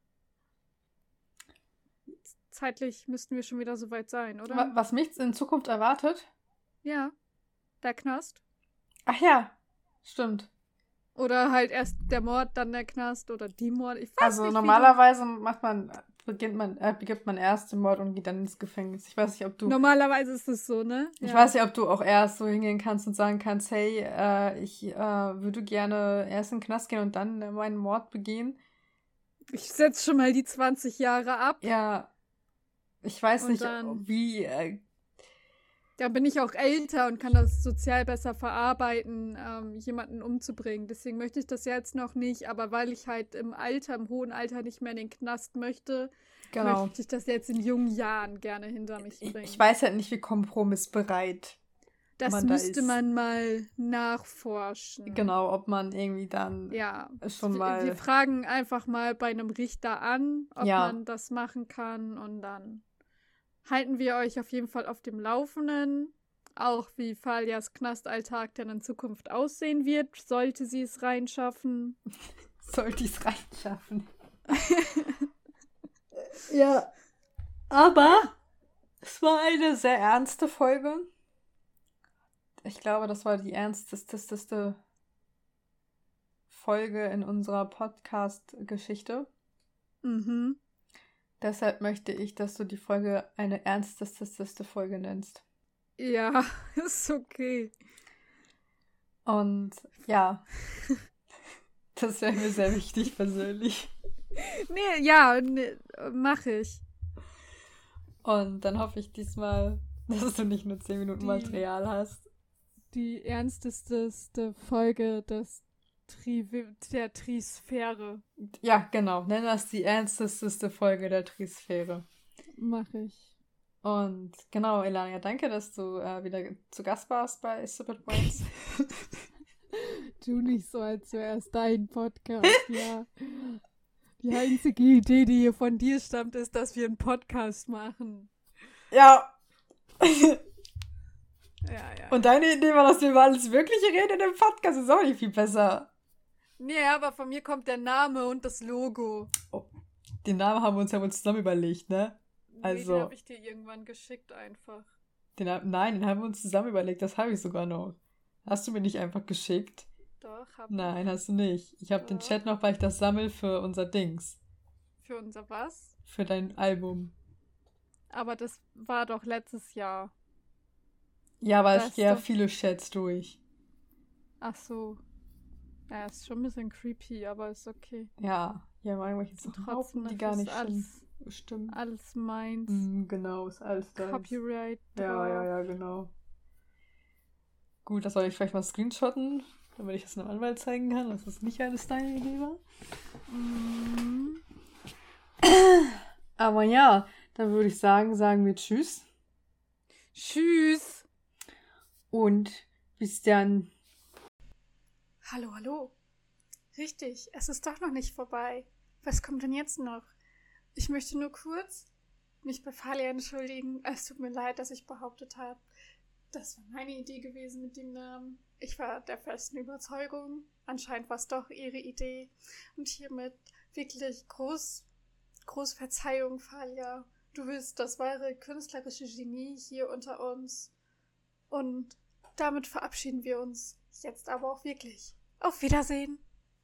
[SPEAKER 3] Zeitlich müssten wir schon wieder so weit sein, oder?
[SPEAKER 2] Was mich in Zukunft erwartet?
[SPEAKER 3] Ja, der Knast.
[SPEAKER 2] Ach ja, stimmt.
[SPEAKER 3] Oder halt erst der Mord, dann der Knast oder die Mord. Ich weiß
[SPEAKER 2] Also
[SPEAKER 3] nicht,
[SPEAKER 2] normalerweise begibt man erst den Mord und geht dann ins Gefängnis. Ich weiß nicht, ob du.
[SPEAKER 3] Normalerweise ist es so, ne?
[SPEAKER 2] Ich weiß nicht, ob du auch erst so hingehen kannst und sagen kannst, hey, ich würde gerne erst in den Knast gehen und dann meinen Mord begehen.
[SPEAKER 3] Ich setze schon mal die 20 Jahre ab.
[SPEAKER 2] Ja, ich weiß
[SPEAKER 3] Und
[SPEAKER 2] nicht,
[SPEAKER 3] dann-
[SPEAKER 2] wie.
[SPEAKER 3] Da bin ich auch älter und kann das sozial besser verarbeiten, jemanden umzubringen. Deswegen möchte ich das jetzt noch nicht, aber weil ich halt im hohen Alter nicht mehr in den Knast möchte,
[SPEAKER 2] Genau.
[SPEAKER 3] möchte ich das jetzt in jungen Jahren gerne hinter mich bringen.
[SPEAKER 2] Ich weiß halt nicht, wie kompromissbereit.
[SPEAKER 3] das
[SPEAKER 2] man da
[SPEAKER 3] müsste
[SPEAKER 2] ist.
[SPEAKER 3] man mal nachforschen.
[SPEAKER 2] Genau, ob man irgendwie dann
[SPEAKER 3] Ja,
[SPEAKER 2] schon mal.
[SPEAKER 3] wir fragen einfach mal bei einem Richter an, ob
[SPEAKER 2] Ja.
[SPEAKER 3] man das machen kann und dann halten wir euch auf jeden Fall auf dem Laufenden, auch wie Falias Knastalltag denn in Zukunft aussehen wird, sollte sie es reinschaffen.
[SPEAKER 2] Sollte ich es reinschaffen. Ja. Aber es war eine sehr ernste Folge. Ich glaube, das war die ernsteste Folge in unserer Podcast-Geschichte.
[SPEAKER 3] Mhm.
[SPEAKER 2] Deshalb möchte ich, dass du die Folge eine ernsteste Folge nennst.
[SPEAKER 3] Ja, ist okay.
[SPEAKER 2] Und ja, das wäre mir sehr wichtig persönlich.
[SPEAKER 3] Nee, mache ich.
[SPEAKER 2] Und dann hoffe ich diesmal, dass du nicht nur 10 Minuten
[SPEAKER 3] Die-
[SPEAKER 2] Material hast.
[SPEAKER 3] Die ernsteste Folge der Trisphäre
[SPEAKER 2] Ja, genau. Nenn das die ernsteste Folge der Trisphäre.
[SPEAKER 3] mache ich.
[SPEAKER 2] Und genau, Elania, danke, dass du wieder zu Gast warst bei Stupid Brains.
[SPEAKER 3] Tu nicht so, als wäre es dein Podcast, ja. Die einzige Idee, die hier von dir stammt, ist, dass wir einen Podcast machen.
[SPEAKER 2] Ja.
[SPEAKER 3] Ja.
[SPEAKER 2] Und deine Idee war, dass wir über alles Wirkliche reden in dem Podcast. Ist auch nicht viel besser.
[SPEAKER 3] Nee, aber von mir kommt der Name und das Logo.
[SPEAKER 2] Den Namen haben wir uns ja wohl zusammen überlegt, ne?
[SPEAKER 3] Nee,
[SPEAKER 2] Also-
[SPEAKER 3] den habe ich dir irgendwann geschickt einfach.
[SPEAKER 2] Nein, den haben wir uns zusammen überlegt. Das habe ich sogar noch. Hast du mir nicht einfach geschickt?
[SPEAKER 3] Doch,
[SPEAKER 2] Nein, hast du nicht. Ich habe den
[SPEAKER 3] Doch.
[SPEAKER 2] Chat noch, weil ich das sammle für unser Dings.
[SPEAKER 3] Für unser was?
[SPEAKER 2] Für dein Album.
[SPEAKER 3] Aber das war doch letztes Jahr.
[SPEAKER 2] Ja, aber
[SPEAKER 3] Das
[SPEAKER 2] ich gehe ja
[SPEAKER 3] doch-
[SPEAKER 2] viele Chats durch.
[SPEAKER 3] Ach so. Ja, ist schon ein bisschen creepy, aber ist okay.
[SPEAKER 2] Ja, irgendwelche
[SPEAKER 3] Und
[SPEAKER 2] Sachen
[SPEAKER 3] trotzdem
[SPEAKER 2] raufen, die
[SPEAKER 3] ist
[SPEAKER 2] gar nicht
[SPEAKER 3] alles,
[SPEAKER 2] stimmen.
[SPEAKER 3] alles meins.
[SPEAKER 2] Genau, ist alles da.
[SPEAKER 3] Copyright
[SPEAKER 2] Ja,
[SPEAKER 3] drauf.
[SPEAKER 2] ja, genau. Gut, das soll ich vielleicht mal screenshotten, damit ich das einem Anwalt zeigen kann, dass das nicht alles deine Idee war.
[SPEAKER 3] Mhm.
[SPEAKER 2] Aber ja, dann würde ich sagen wir Tschüss
[SPEAKER 3] Tschüss.
[SPEAKER 2] und bis dann.
[SPEAKER 3] Hallo, hallo. Richtig, es ist doch noch nicht vorbei. Was kommt denn jetzt noch? Ich möchte nur kurz mich bei Falia entschuldigen. Es tut mir leid, dass ich behauptet habe, das war meine Idee gewesen mit dem Namen. Ich war der festen Überzeugung. Anscheinend war es doch ihre Idee. Und hiermit wirklich groß Verzeihung, Falia. Du bist das wahre künstlerische Genie hier unter uns. Und damit verabschieden wir uns jetzt aber auch wirklich. Auf Wiedersehen.